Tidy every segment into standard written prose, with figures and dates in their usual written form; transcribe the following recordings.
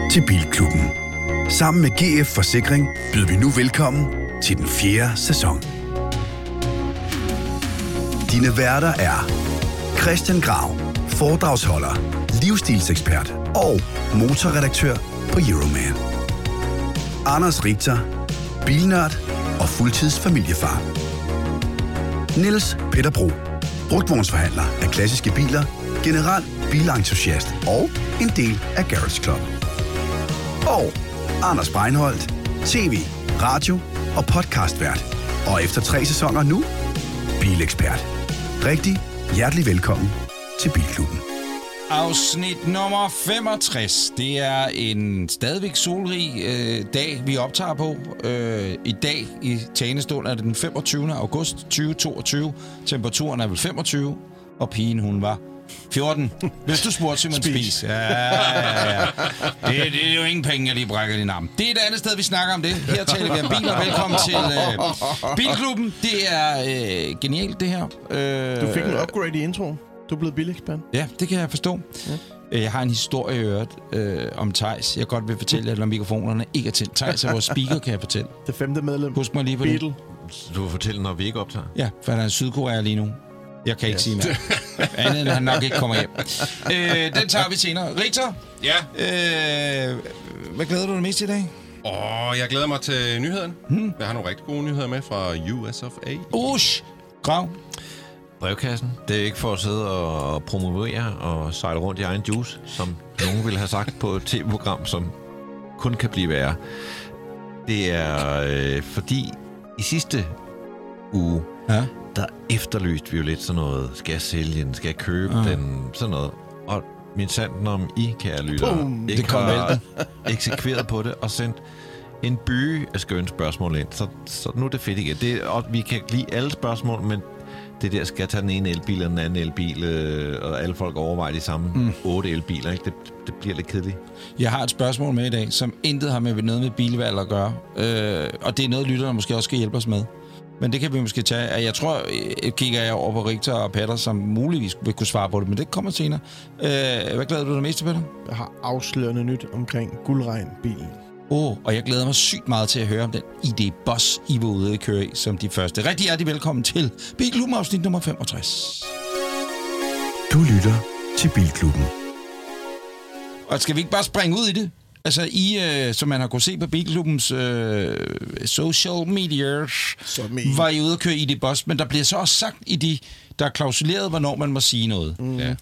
til Bilklubben. Sammen med GF Forsikring byder vi nu velkommen til den 4. sæson. Dine værter er Christian Grav, foredragsholder, livsstilsekspert og motorredaktør på Euroman. Anders Richter, bilnørd og fuldtidsfamiliefar. Niels Peter Bro, brugtvognsforhandler af klassiske biler, generelt bilentusiast og en del af Garage Club. Og Anders Breinholt, tv, radio og podcastvært. Og efter 3 sæsoner nu, bilekspert. Rigtig hjertelig velkommen til Bilklubben. Afsnit nummer 65. Det er en stadigvæk solrig dag, vi optager på. I dag i talestund er det den 25. august 2022. Temperaturen er vel 25, og pigen hun var 14. Hvis du spurgte Simon Spies. Ja. Det er jo ingen penge, jeg lige brækker din arm. Det er et andet sted, vi snakker om det. Her taler vi om biler. Velkommen til Bilklubben. Det er genialt, det her. Du fik en upgrade i introen. Du er blevet bilekspert. Ja, det kan jeg forstå. Ja. Jeg har en historie i øvrigt om Theis. Jeg godt vil fortælle jer, når mikrofonerne ikke er tændt. Theis er vores speaker, kan jeg fortælle. Det 5. medlem. Husk mig lige på Beatle. det. Du vil fortælle, når vi ikke optager? Ja, for han er en Sydkorea lige nu. Jeg kan ikke sige mere. Andet end han nok ikke kommer hjem. Den tager vi senere. Richter? Ja? Hvad glæder du dig mest i dag? Jeg glæder mig til nyhederne. Jeg har nogle rigtig gode nyheder med fra US of A. Grav? Brevkassen. Det er ikke for at sidde og promovere og sejle rundt i egen juice, som nogen ville have sagt på et tv-program, som kun kan blive værre. Det er fordi i sidste uge, der efterlyste vi jo lidt sådan noget. Skal jeg sælge den? Skal jeg købe den? Sådan noget. Og min sanden om I, kære lyttere, ikke har eksekveret på det og sendt en by af skønne spørgsmål ind. Så nu er det fedt igen. Og vi kan lide alle spørgsmål, men det der skal jeg tage den ene elbil og den anden elbil, og alle folk overvejer de samme 8 elbiler. Ikke? Det bliver lidt kedeligt. Jeg har et spørgsmål med i dag, som intet har med noget med bilvalg at gøre. Og det er noget, lytterne måske også skal hjælpe os med. Men det kan vi måske tage. Jeg tror, kigger jeg over på Richter og Petter, som muligvis vil kunne svare på det, men det kommer senere. Hvad glæder du dig mest til, Petter? Jeg har afslørende nyt omkring Guldregn-bilen. Og jeg glæder mig sygt meget til at høre om den ID.Buzz, I var ude at køre i som de første. Rigtig hjertelig velkommen til Bilklubben afsnit nummer 65. Du lytter til Bilklubben. Og skal vi ikke bare springe ud i det? Altså, som man har kunnet se på Bilklubbens social medias, var I ude at køre ID.Buzz, men der bliver så også sagt der er klausuleret, hvornår man må sige noget.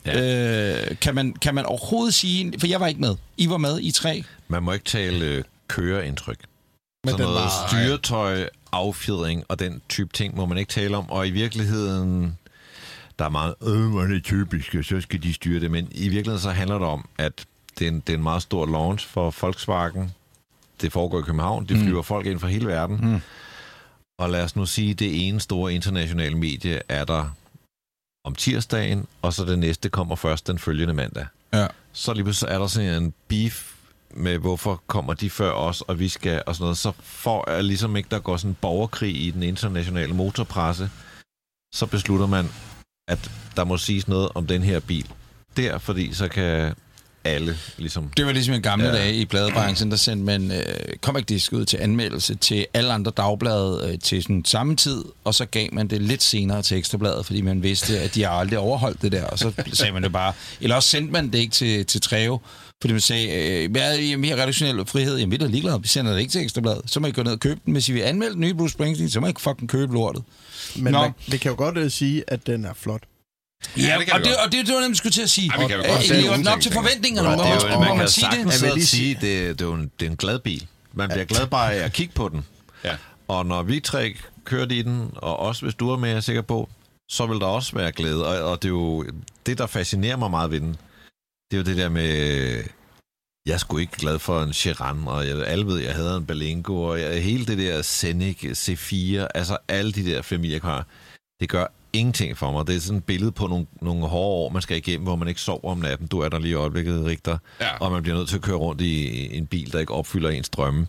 Kan man overhovedet sige, for jeg var ikke med. I var med, I 3. Man må ikke tale køreindtryk. Sådan noget styretøj, affjedring og den type ting må man ikke tale om, og i virkeligheden, der er meget, hvor er det typisk, så skal de styre det, men i virkeligheden så handler det om, at det er en meget stor launch for Volkswagen. Det foregår i København. Det flyver folk ind fra hele verden. Og lad os nu sige, det ene store internationale medie er der om tirsdagen, og så det næste kommer først den følgende mandag. Ja. Så lige pludselig er der sådan en beef med, hvorfor kommer de før os, og vi skal, og sådan noget. Så for ligesom ikke der går sådan en borgerkrig i den internationale motorpresse, så beslutter man, at der må siges noget om den her bil. Fordi så kan alle ligesom... Det var ligesom en gamle dag i pladebranchen, der sendte man comic-disk ud til anmeldelse til alle andre dagblade til sådan samme tid, og så gav man det lidt senere til Ekstrabladet, fordi man vidste, at de har aldrig overholdt det der, og så sagde man det bare. Eller også sendte man det ikke til Treo, fordi man sagde, vi har redaktionel frihed, jamen vi er da ligeglade, vi sender det ikke til Ekstrabladet, så må I gå ned og købe den. Hvis I vil anmelde den nye Bruce Springsteen, så må I ikke fucking købe lortet. Men vi kan jo godt sige, at den er flot. Ja, det var nemlig skulle til at sige. Ja, det er jo nok til forventningerne. Man kan sagtens sige, det er en glad bil. Man bliver glad bare af at kigge på den. Ja. Og når vi 3 kørte i den, og også hvis du er med, jeg er sikker på, så vil der også være glæde. Og det er jo det, der fascinerer mig meget ved den. Det er jo det der med... Jeg er sgu ikke glad for en Chiran, og alle ved, jeg havde en Berlingo, og hele det der Scenic, C4, altså alle de der familiekar, det gør ingenting for mig. Det er sådan et billede på nogle hårde år, man skal igennem, hvor man ikke sover om natten. Du er der lige i øjeblikket, Richter. Ja. Og man bliver nødt til at køre rundt i en bil, der ikke opfylder ens drømme.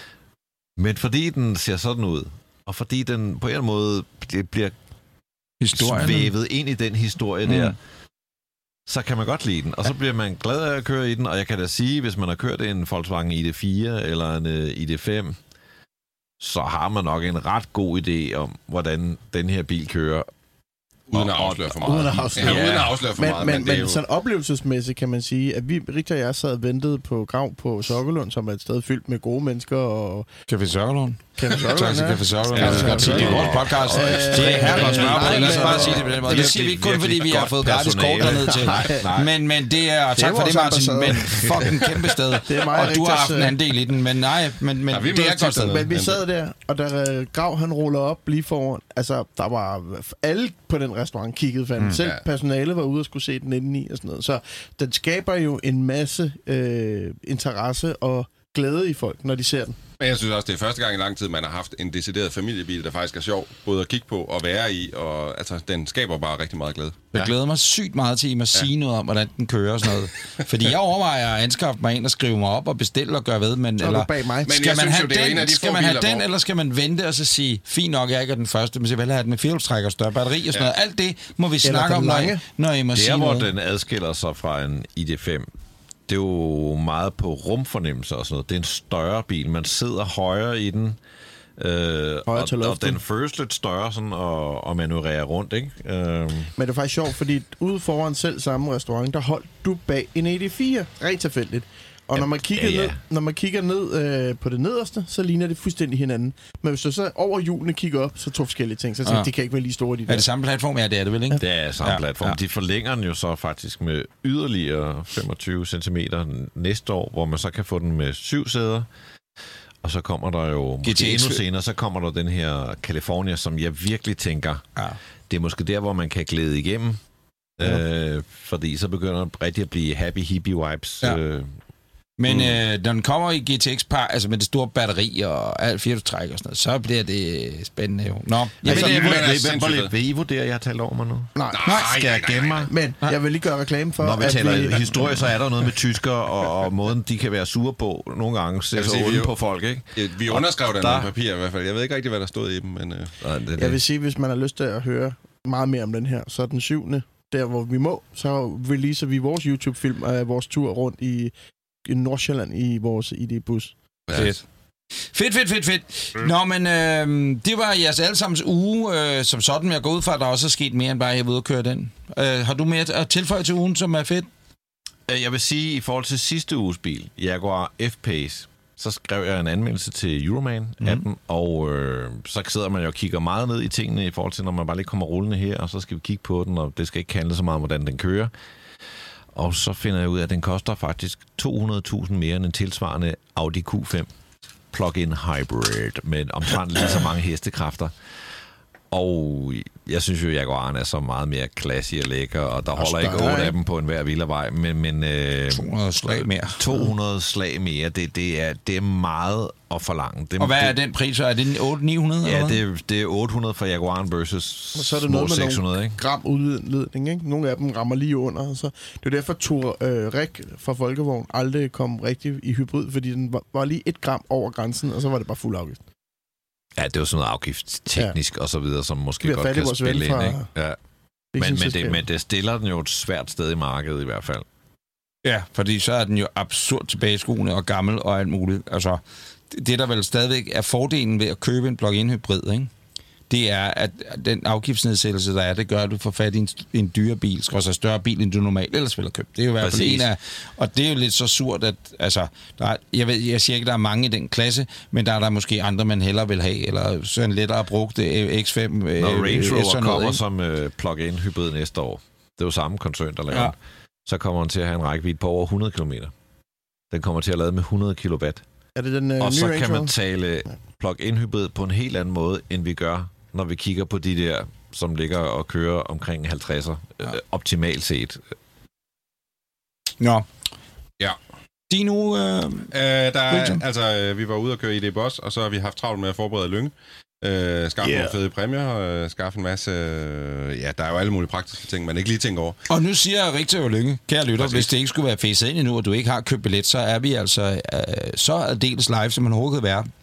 Men fordi den ser sådan ud, og fordi den på en måde bliver svævet ind i den historie der, så kan man godt lide den. Og så bliver man glad af at køre i den. Og jeg kan da sige, hvis man har kørt en Volkswagen ID4 eller en ID5, så har man nok en ret god idé om, hvordan den her bil kører. Uden at afsløre for meget. Uden at afsløre for meget. Men sådan oplevelsesmæssigt kan man sige, at Richter og jeg sad og ventede på Grav på Sokkelund, som er et sted fyldt med gode mennesker. Og Café Sokkelund? Café Sokkelund, ja. Det er vores podcast. Det er her, lad os bare sige det på den måde. Det siger vi ikke kun, fordi vi har fået gratis kort derned til. Men det er, tak for det, Martin, men fucking kæmpe sted. Og du har haft en andel i den, men nej, men det er et godt sted. Men vi sad der, og da Grav han ruller op lige foran, altså der var alle på den restaurant kiggede fanden. Selv personalet var ude og skulle se den indeni og sådan noget. Så den skaber jo en masse interesse og glæde i folk, når de ser den. Men jeg synes også, det er første gang i lang tid, man har haft en decideret familiebil, der faktisk er sjov, både at kigge på og være i, og altså, den skaber bare rigtig meget glæde. Jeg glæder mig sygt meget til, at I må sige noget om, hvordan den kører og sådan noget. Fordi jeg overvejer at anskaffe mig en og skrive mig op og bestille og gøre ved, men eller bag mig. Skal man have den, eller skal man vente og så sige, fint nok, jeg ikke er den første, men så vil have den med firehjulstrækker, større batteri og sådan noget. Alt det må vi snakke om, når I må sige noget. Det er, hvor den adskiller sig fra en ID5. Det er jo meget på rumfornemmelse og sådan noget. Det er en større bil. Man sidder højere i den. Og den føles lidt større sådan, og manøvrere rundt, ikke? Men det er faktisk sjovt, fordi ude foran selv samme restaurant, der holdt du bag en ED4. Rent tilfældigt. Og når man kigger ned på det nederste, så ligner det fuldstændig hinanden. Men hvis du så over hjulene kigger op, så 2 forskellige ting. Så tænker, det kan ikke være lige store, de der. Er det samme platform? Ja, det er det vel, ikke? Det er samme platform. De forlænger den jo så faktisk med yderligere 25 cm næste år, hvor man så kan få den med 7 sæder. Og så kommer der jo endnu senere, så kommer der den her California, som jeg virkelig tænker, det er måske der, hvor man kan glæde igennem. Fordi så begynder det rigtig at blive happy hippie vibes. Men når den kommer i GTX-par, altså med det store batteri og alt firehjulstræk og sådan noget, så bliver det spændende jo. Nå, vil I vurdere, jeg har talt over mig nu? Nej. Skal jeg gemme mig? Men jeg vil lige gøre reklame for, når vi taler historie, så er der noget med tyskere og måden, de kan være sure på. Nogle gange ser så onde på folk, ikke? Vi underskrev den på papir i hvert fald. Jeg ved ikke rigtig, hvad der stod i dem, men... Jeg vil sige, hvis man har lyst til at høre meget mere om den her, så den 7. der, hvor vi må, så releaser vi vores YouTube-film af vores tur rundt i Nordsjælland i vores ID-bus. Fedt. Nå, men det var jeres allesammens uge som sådan. Jeg går ud fra, at der også er sket mere end bare, at jeg er ude og køre den. Har du mere at tilføje til ugen, som er fedt? Jeg vil sige, i forhold til sidste uges bil, Jaguar F-Pace, så skrev jeg en anmeldelse til Euroman-appen, og så sidder man jo og kigger meget ned i tingene i forhold til, når man bare lige kommer rullende her, og så skal vi kigge på den, og det skal ikke handle så meget om, hvordan den kører. Og så finder jeg ud af, at den koster faktisk 200.000 mere end en tilsvarende Audi Q5 plug-in hybrid med omtrent lige så mange hestekræfter. Og jeg synes jo, at Jaguaren er så meget mere classy og lækker, og der holder ikke 8 af dem på enhver villavej, men 200 slag mere. 200 slag mere, det er meget at forlange. Og hvad er den pris? Er det 800-900? Ja, det er 800 for Jaguaren versus så er det noget med 600, ikke? Gram udledning, ikke? Nogle af dem rammer lige under. Så det er derfor, Rik fra Folkevogn aldrig kom rigtig i hybrid, fordi den var lige 1 gram over grænsen, og så var det bare fuld afgift. Ja, det er jo sådan noget afgiftsteknisk og så videre, som måske godt kan spille ind, ikke? Ja. Men det stiller den jo et svært sted i markedet i hvert fald. Ja, fordi så er den jo absurd tilbageskuende og gammel og alt muligt. Altså, det der vel stadigvæk er fordelen ved at købe en plug-in hybrid, ikke? Det er, at den afgiftsnedsættelse, der er, det gør, at du får fat i en dyre bil, skal større bil, end du normalt ellers ville have købt. Det er jo i hvert fald en af... Og det er jo lidt så surt, at... Altså, jeg siger ikke, der er mange i den klasse, men der er der måske andre, man hellere vil have, eller sådan lettere brugt X5... Når Range Rover kommer som plug-in hybrid næste år, det er jo samme koncern, der laver den, så kommer den til at have en rækkevidde på over 100 km. Den kommer til at lade med 100 kW. Er det den og så kan man tale plug-in hybrid på en helt anden måde, end vi gør, når vi kigger på de der, som ligger og kører omkring 50'er, optimalt set. Nå. Ja. Din uge... vi var ude og køre ID Boss, og så har vi haft travlt med at forberede Lynge. Skaffe nogle fede præmier, skaffe en masse... der er jo alle mulige praktiske ting, man ikke lige tænker over. Og nu siger Richter jo Lynge, kære lytter, hvis det ikke skulle være facet ind endnu, og du ikke har købt billet, så er vi altså så aldeles live, som man overhovedet kan være.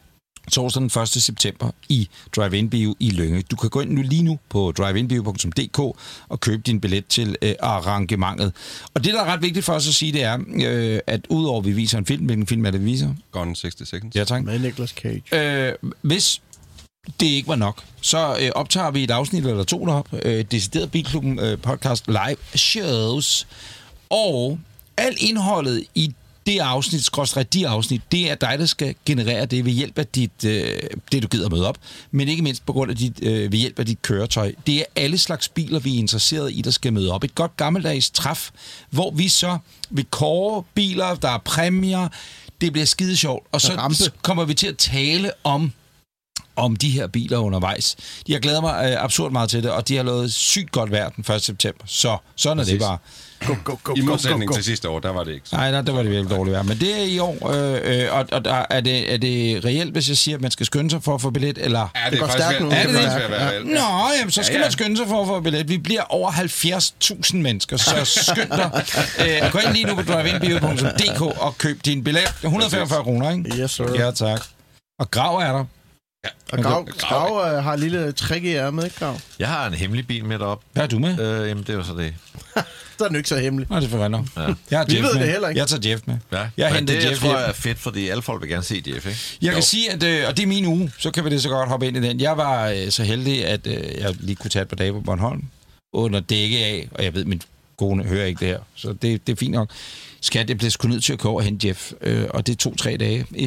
torsdag den 1. september i Drive-In Bio i Lynge. Du kan gå ind lige nu på driveinbio.dk og købe din billet til arrangementet. Og det, der er ret vigtigt for os at sige, det er, at udover at vi viser en film, hvilken film er det, vi viser? Gone 60 Seconds. Ja, tak. Med Nicolas Cage. Hvis det ikke var nok, så optager vi et afsnit eller to derop. Decideret Bilklubben podcast live shows. Og alt indholdet i det afsnit, de afsnit, det er dig, der skal generere det ved hjælp af det du gider møde op, men ikke mindst på grund af ved hjælp af dit køretøj. Det er alle slags biler, vi er interesseret i, der skal møde op. Et godt gammeldags træf, hvor vi så vil kåre biler, der er præmier, det bliver skide sjovt, og så kommer vi til at tale om de her biler undervejs. De har glædet mig absurd meget til det, og de har lavet sygt godt vejr den 1. september. Så sådan er det bare. I modsætning til sidste år, der var det ikke. Nej, der var det virkelig dårligt vejr. Men det er i år, og der er det reelt, hvis jeg siger, at man skal skynde sig for at få billet, eller? Ja, det er faktisk stærkt nu. Er det faktisk være reelt? Nå, jamen, så skal man skynde sig for at få billet. Vi bliver over 70.000 mennesker, så skynd dig. Gå ind lige nu på driveinbio.dk og køb din billet. 145 kroner, ikke? Yes, sir. Ja, tak. Og Grav er der. Og Grav har et lille trick i ærmet, ikke Grav? Jeg har en hemmelig bil med derop. Hvad er du med? Jamen, det er jo så det. Så er den ikke så hemmelig. Nå, det er for render. Ja. Jeg har Vi Jeff ved med. det heller ikke. Jeg tager Jeff med. Ja. Jeg Men henter det, Jeff tror hjem. jeg er fedt, fordi alle folk vil gerne se Jeff, ikke? Jeg kan sige, at og det er min uge, så kan vi det så godt hoppe ind i den. Jeg var så heldig, at jeg lige kunne tage et par dage på Bornholm, under dække af, og jeg ved, min kone hører ikke det her, så det er fint nok. Skat, jeg blev sgu nødt til at køre og hente Jeff, og det 2-3 dage. I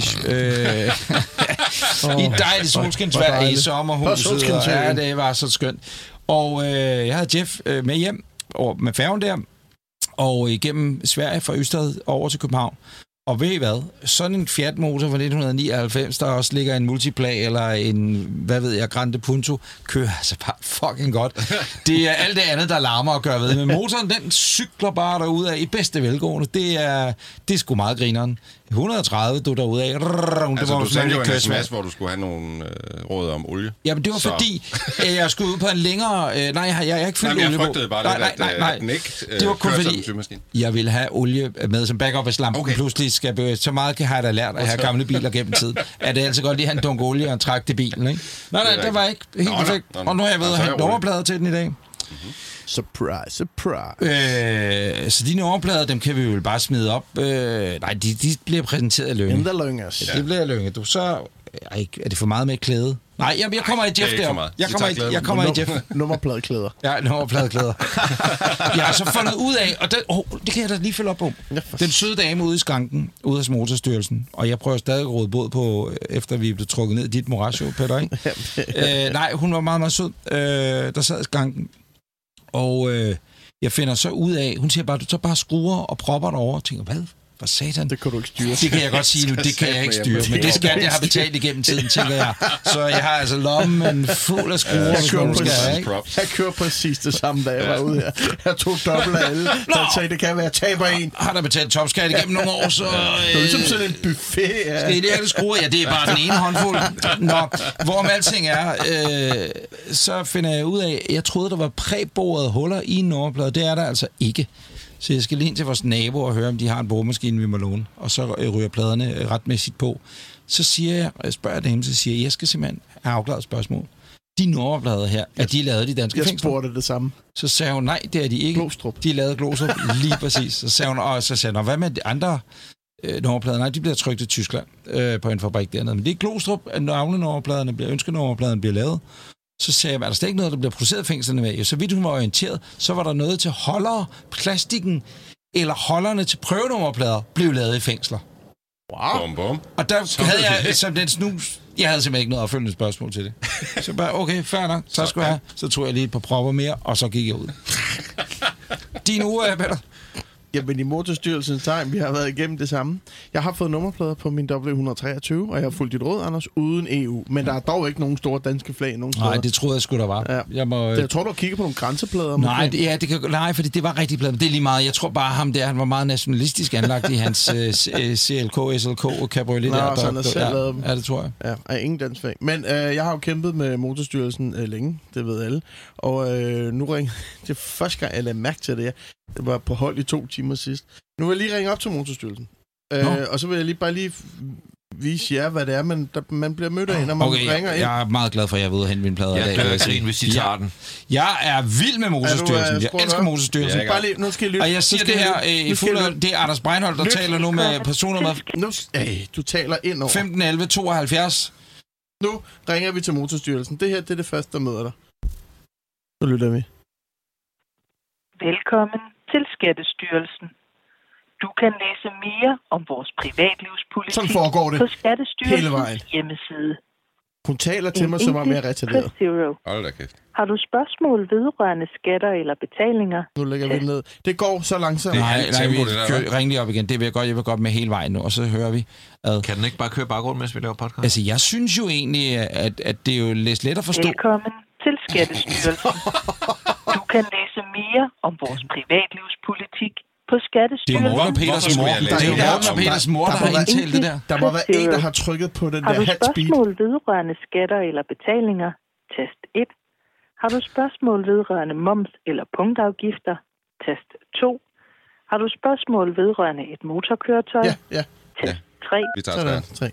et dejligt solskinsvejr i sommerhuset. Ja, det var så skønt. Og jeg havde Jeff med hjem med færgen der, og igennem Sverige fra Ystad over til København. Og ved I hvad? Sådan en Fiat Motor fra 1999, der også ligger en Multipla eller en, hvad ved jeg, Grande Punto, kører altså bare fucking godt. Det er alt det andet, der larmer og gør ved. Men motoren, den cykler bare derude af i bedste velgående. Det er sgu meget grineren. 130, du derude af. Altså, du sendte jo en sms, hvor du skulle have nogle råd om olie. Jamen, det var fordi, jeg skulle ud på en længere... nej, jeg har ikke fyldt olie på. Jeg frygtede bare lidt, at den ikke det var kun fordi, symaskine. jeg ville have olie med som backup, hvis lampen pludselig skal bevæge. Så meget har jeg da lært at have gamle biler gennem tiden. At det altid godt lige have en dunk olie og en træk til bilen, ikke? Nej, det var ikke helt perfekt. Og nu har jeg ved at have nummerplader til den i dag. Surprise, surprise. Så de nummerplader, dem kan vi jo bare smide op. Nej, de bliver præsenteret af Lønge. Dem der Løngers. Det bliver Lønge. Er det for meget med klæde? Nej, jeg kommer i Jeff der. Jeg kommer i Jeff. Nummerpladeklæder. Ja, nummerpladeklæder. Jeg har så fundet ud af, og det kan jeg da lige følge op på. Den søde dame ude i skranken, ude hos Motorstyrelsen, og jeg prøver stadig at råde båd på, efter vi blev trukket ned i dit morassio, Peter, ikke? Nej, hun var meget, meget sød. Der sad i skranken. Og jeg finder så ud af, hun siger bare, du tager bare skruer og propper derovre, og tænker, hvad satan? Det kan du ikke styre. Det kan jeg godt sige nu, det kan jeg ikke styre. Men det skal jeg har betalt igennem tiden, tænker jeg. Så jeg har altså lommen fuld af skruer. Jeg kører præcis det samme, da jeg var ude her. Jeg tog dobbelt af alle. Jeg sagde, det kan være, taber en. Har der betalt topskat igennem nogle år, så... Det er ligesom sådan en buffet. Ja. Skal I det alle skruer? Ja, det er bare den ene håndfuld. Nå, hvorom alting er, så finder jeg ud af, jeg troede, der var præborede huller i en nummerplade. Det er der altså ikke. Så jeg skal lige ind til vores nabo og høre, om de har en boremaskine, vi må låne. Og så ryger pladerne retmæssigt på. Så siger jeg spørger dem, så siger jeg skal simpelthen have afklaret spørgsmål. De nummerplader her, er de lavet i de danske fængsler? Jeg spurgte det samme. Så sagde hun, nej, det er de ikke. Glostrup. De er lavet i Glostrup, lige præcis. Så sagde hun, og så sagde hun, hvad med de andre nummerplader? Nej, de bliver trykt i Tyskland på en fabrik dernede. Men det er Glostrup, at ønskenummerpladen bliver lavet. Så sagde jeg, er der slet ikke noget, der bliver produceret i fængslerne med? Så vidt hun var orienteret, så var der noget til holdere, plastikken eller holderne til prøvenummerplader blev lavet i fængsler. Wow. Bum, bum. Og der havde jeg som den snus, jeg havde simpelthen ikke noget opfølgende spørgsmål til det. Så bare, okay, fair nok, så skulle jeg. Så tog jeg lige et par propper mere, og så gik jeg ud. Din uge, Peter? Jamen i Motorstyrelsens tegn, vi har været igennem det samme. Jeg har fået nummerplader på min W123, og jeg har fulgt dit råd, Anders, uden EU. Men der er dog ikke nogen store danske flag nogen steder. Nej, det troede jeg sgu, der var. Ja. Jeg tror, du kigger på nogle grænseplader. Nej, fordi det var rigtig plader. Det er lige meget. Jeg tror bare, han var meget nationalistisk anlagt i hans CLK, SLK, Cabriolet. Nå, så han har selv lavet dem. Ja, det tror jeg. Ja, ingen dansk flag. Men jeg har jo kæmpet med Motorstyrelsen længe, det ved alle. Og nu ringer det første gang, jeg lagde mærke til det. Det var på hold i 2 timer sidst. Nu vil jeg lige ringe op til Motorstyrelsen. Og så vil jeg bare lige vise jer, hvad det er, man bliver mødt af, når man ringer ind. Jeg er meget glad for, at jeg er ude og hente mine plader. Jeg dør grin, hvis I tager den. Jeg er vild med Motorstyrelsen. Jeg elsker Motorstyrelsen. Bare lige, nu skal I lytte. Og jeg siger det her i fuld. Det er Anders Breinholt, der taler nu med personnummer. Du taler ind over. 15 11 72. Nu ringer vi til Motorstyrelsen. Det her, det er det første, der møder dig. Så lytter vi. Velkommen til Skattestyrelsen. Du kan læse mere om vores privatlivspolitik Sådan foregår det på Skattestyrelsens hjemmeside. Hun taler til mig, som om jeg er retarderet. Hold da kæft. Har du spørgsmål vedrørende skatter eller betalinger? Nu lægger vi ned. Det går så langsomt. Nej, ring lige op igen. Det vil jeg godt med hele vejen nu, og så hører vi. Kan den ikke bare køre baggrund, mens vi laver podcast? Altså, jeg synes jo egentlig, at det er jo lidt let at forstå. Velkommen til Skattestyrelsen. Du kan læse mere om vores privatlivspolitik på Skattestyrelsen. Det er Morten og Peters mor. Det er Morten og Peters mor, der har indtalt det der. Der må være en, der har trykket på den der hat speed. Har du spørgsmål vedrørende skatter eller betalinger? Tast 1. Har du spørgsmål vedrørende moms eller punktafgifter? Tast 2. Har du spørgsmål vedrørende et motorkøretøj? Ja. Tast 3. Vi tager 3.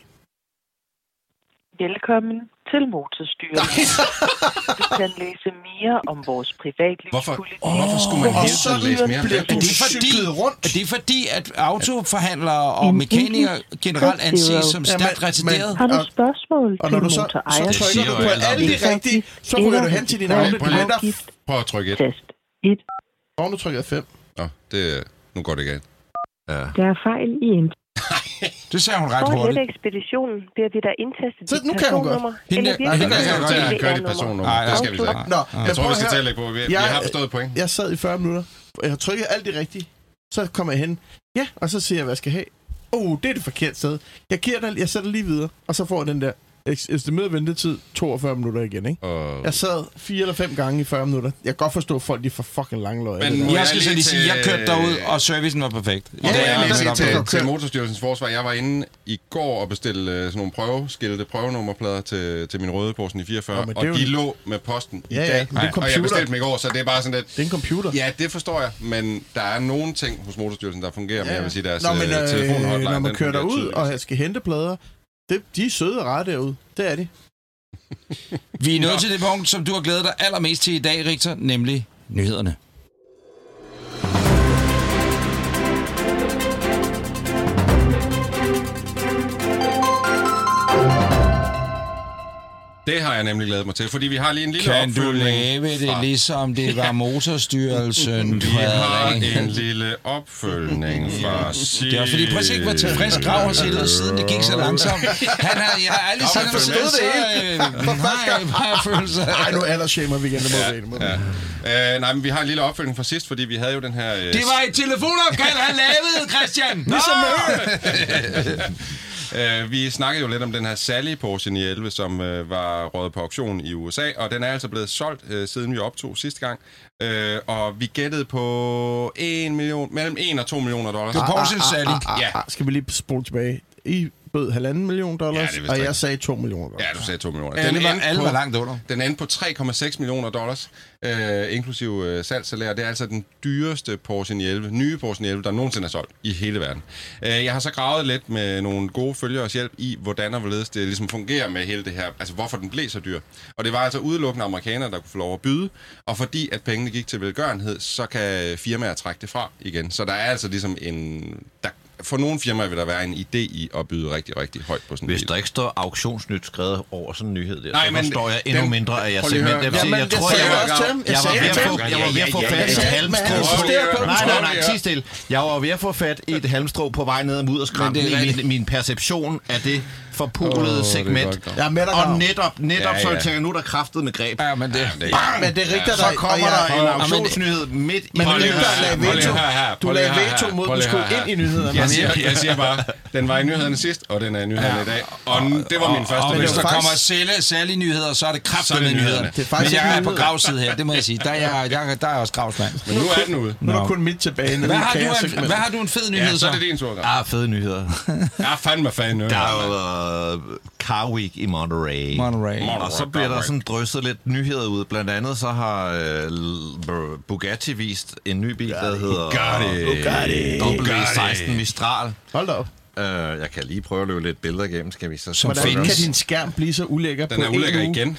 Velkommen til Motorstyrelsen. Du kan læse mere om vores privatlivspolitik. Hvorfor skulle man hele tiden læse mere om det? Er det fordi, at autoforhandlere og mekanikere generelt anses som stærkt retarderet? Har du spørgsmål og når til du så trykker du på alle de rigtige, så ryger du hen til din afgift. Prøv at trykke 1. Test 1. Og nu trykker jeg 5. Nå, nu går det galt. Ja. Der er fejl i en. Det sagde hun ret hurtigt. hurtigt. For ekspeditionen bliver vi der indtastet så nu kan hun godt. Hende kan køre dit personnummer. Nej, det skal vi så ikke. Nå, jeg tror, vi skal tælle på. Vi har forstået point. Jeg sad i 40 minutter, og jeg har trykket alt det rigtige. Så kommer jeg hen. Ja, og så siger jeg, hvad jeg skal have. Det er det forkerte sted. Jeg sætter lige videre, og så får jeg den der estimeret ventetid 42 minutter igen, ikke? Jeg sad 4 eller 5 gange i 40 minutter. Jeg kan godt forstå, at folk de får fucking lange løg. Men jeg skal så lige sige, jeg kørte derud, og servicen var perfekt. Det er lige til Motorstyrelsens forsvar. Jeg var inde i går og bestilte sådan nogle prøvenummerplader til min røde Porsche 944, og de lå med posten i dag. Og jeg bestilte dem i går, så det er bare sådan lidt... Det er en computer. Ja, det forstår jeg, men der er nogle ting hos Motorstyrelsen, der fungerer, men jeg vil sige, deres telefonhotline... Når man kører derud og skal hente plader, de er søde og rare derude. Det er de. Vi er nået til det punkt, som du har glædet dig allermest til i dag, Richter, nemlig nyhederne. Det har jeg nemlig glædet mig til, fordi vi har lige en lille opfølgning. Kan du lave det, ligesom det var Motorstyrelsen? Vi har en lille opfølgning fra Sig. Det er fordi, prøv at se, hvor tilfreds Grav har siddet, siden det gik så langsomt. Jeg har aldrig set ham sidde så... Nej, nu aldershamer vi igen. Nej, men vi har en lille opfølgning fra sidst, fordi vi havde jo den her... Det var et telefonopkald, han lavede, Christian! Ligesom vi snakkede jo lidt om den her Sally Porsche 911, som var røget på auktion i USA, og den er altså blevet solgt, siden vi optog sidste gang. Og vi gættede på mellem 1 og 2 millioner dollars. Det var Porsche Sally. Ja. Skal vi lige spole tilbage? I bød $1,5 million, og jeg sagde $2 million. Ja, du sagde $2 millioner. Alle var langt under. Den endte på $3,6 millioner, inklusive salgssalær. Det er altså den dyreste Porsche 911, nye Porsche 911, der nogensinde er solgt i hele verden. Jeg har så gravet lidt med nogle gode følgeres hjælp i, hvordan og hvorledes det ligesom fungerer med hele det her, altså hvorfor den blev så dyr. Og det var altså udelukkende amerikanere, der kunne få lov at byde, og fordi at pengene gik til velgørenhed, så kan firmaer trække det fra igen. Så der er altså ligesom for nogle firmaer vil der være en idé i at byde rigtig, rigtig højt på sådan en bil. Hvis der ikke står auktionsnyt skrevet over sådan en nyhed der, så forstår jeg endnu mindre af jeres segment. Jeg var ved at få fat i et halmstrå. Nej, sig stille. Jeg var ved at få fat i et halmstrå på vej ned ad mudderskrampen i min perception af det forpulede segment. Og netop så jeg tænker, nu er der kraftet med greb. Ja, men det er rigtigt. Så kommer der en auktionsnyhed midt i nyheden. Du lagde veto mod, du skulle ind i nyhederne. Jeg siger bare, den var i nyhederne sidst, og den er i nyhederne i dag. Og det var min første. Og hvis der kommer særlige nyheder, så er det kraftedeme nyhederne. Men jeg er på gravside her, det må jeg sige. Der er også gravsmand. Men nu er den ude. Nu er der kun midt tilbage. Hvad har du en fed nyhed så? Ja, så er det din tur. Fede nyheder. Fandme fede nyheder. Der er Car Week i Monterey. Og så bliver der sådan drysset lidt nyheder ud. Blandt andet så har Bugatti vist en ny bil, der hedder Bugatti W16 Mistral. Hold da op. Jeg kan lige prøve at løbe lidt billeder igennem, skal vi så... Hvordan kan din skærm blive så ulækker på en uge? Den er ulækker igen.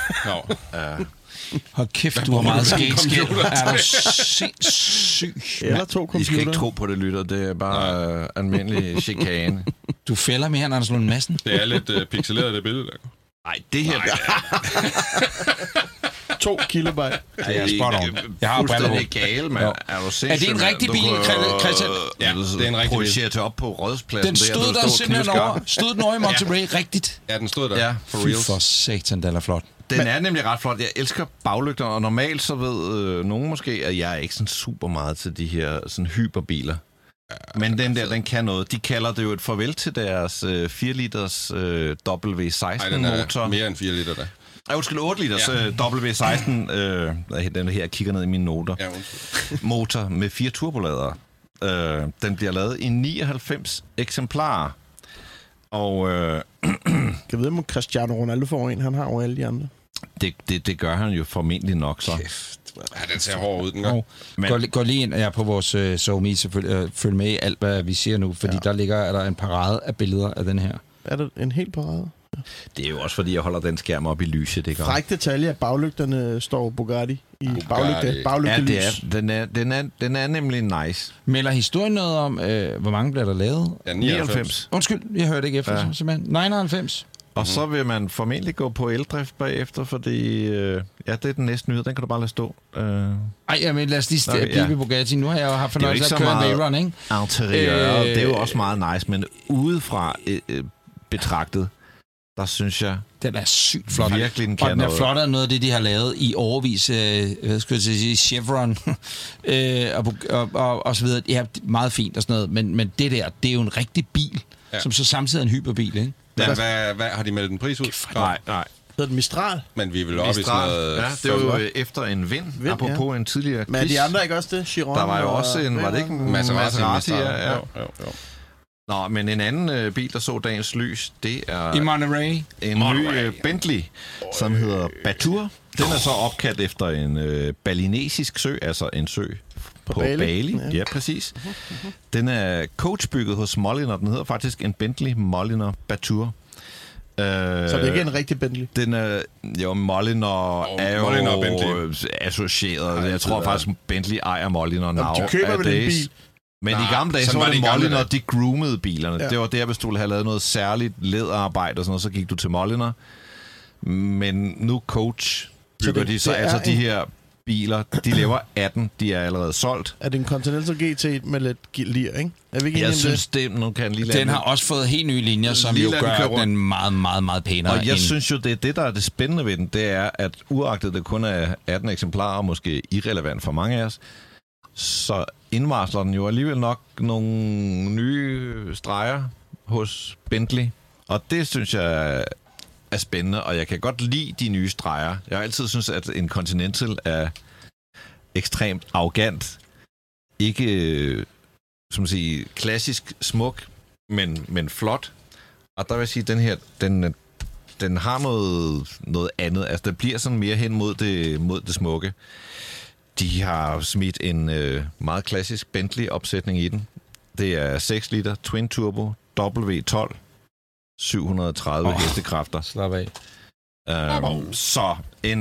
Hold kæft, du har meget skæg. Er du sindssyg? Eller 2 computer. I skal ikke tro på det, lytter. Det er bare almindelig chikane. Du fælder mere, end Anders Lund Madsen. Det er lidt pixeleret, det billede. Nej, det her... 2 kilobyte. Det er spot on. Jeg har briller på. Det er gale, mand. Er du sindssyg? Er det en rigtig bil, Christian? Ja, det er en rigtig bil. Projicere til op på Rådspladsen. Den stod der simpelthen over. Stod den over i Monterey rigtigt? Ja, den stod der. For reals. For satan, den er flot. Den er nemlig ret flot. Jeg elsker baglygter, og normalt så ved nogen måske, at jeg er ikke sådan super meget til de her sådan hyperbiler. Men den der, den kan noget. De kalder det jo et farvel til deres 4 liters W16-motor. Nej, den er mere end 4 liter, da. Undskyld, 8 liters W16, den her kigger ned i mine noter, motor med 4 turboladere. Den bliver lavet i 99 eksemplarer. Og... kan vi vide, om Cristiano Ronaldo får en? Han har jo alle de andre. Det gør han jo formentlig nok så. Kæft. Ja, den ser hård ud, den gør. Gå lige ind på vores SoMe, selvfølgelig. Følg med i alt, hvad vi siger nu, fordi er der en parade af billeder af den her. Er der en hel parade? Ja. Det er jo også, fordi jeg holder den skærm op i lyset. Det fræk detalje, at baglygterne står Bugatti i baglygtelys. Ja, den er nemlig nice. Melder historien noget om, hvor mange bliver der lavet? Ja, 99. Undskyld, jeg hørte ikke efter, simpelthen. 99. Og så vil man formentlig gå på eldrift bagefter, fordi det er den næste nyhed. Den kan du bare lade stå. Men lad os lige blive ved Bugatti. Nu har jeg jo haft fornøjelse af at køre en Veyron, ikke? Interiør, det er jo også meget nice, men udefra betragtet, der synes jeg... Den er sygt flot. Virkelig, den kan og den er flottere end noget af det, de har lavet i overvis, hvad skal jeg sige, Chevron og så videre. Ja, meget fint og sådan noget, men det der, det er jo en rigtig bil, som så samtidig er en hyperbil, ikke? Ja, hvad har de meldt en pris ud? Nej. Hedder den Mistral? Men vi vil op i sådan noget... Ja, det var jo efter en vind apropos en tidligere quiz. Men er de andre ikke også det? Chiron? Der var jo også en... Var det ikke en Maserati? Jo. Nå, men en anden bil, der så dagens lys, det er... I Monterey. En ny Bentley, som hedder Batur. Den er så opkaldt efter en balinesisk sø, altså en sø på Bali. Ja, præcis. Den er coachbygget hos Mulliner. Den hedder faktisk en Bentley Mulliner Batur. Så det er ikke en rigtig Bentley? Den er... Jo, Mulliner er jo Bentley associeret. Jeg tror faktisk, Bentley ejer Mulliner now. De køber vel en bil? Men i gamle dage, så var det Mulliner, de groomede bilerne. Ja. Det var der, hvis du ville have lavet noget særligt læderarbejde og sådan noget, så gik du til Mulliner. Men nu Coach bygger de så altså de her biler, de lever 18, de er allerede solgt. Er det en Continental GT med lidt lir, ikke? Er vi ikke jeg synes, det nu kan lige den har også fået helt nye linjer, som jo gør den meget, meget, meget pænere. Og jeg synes jo, det er det, der er det spændende ved den, det er, at uagtet det kun er 18 eksemplarer, måske irrelevant for mange af os, så indvarsler den jo alligevel nok nogle nye streger hos Bentley. Og det synes jeg er spændende, og jeg kan godt lide de nye streger. Jeg har altid synes, at en Continental er ekstremt arrogant. Ikke, som man siger, klassisk smuk, men flot. Og der vil jeg sige, at den her, den har noget andet. Altså, den bliver sådan mere hen mod det smukke. De har smidt en meget klassisk Bentley-opsætning i den. Det er 6 liter Twin Turbo W12, 730 hestekræfter. Slap af. Så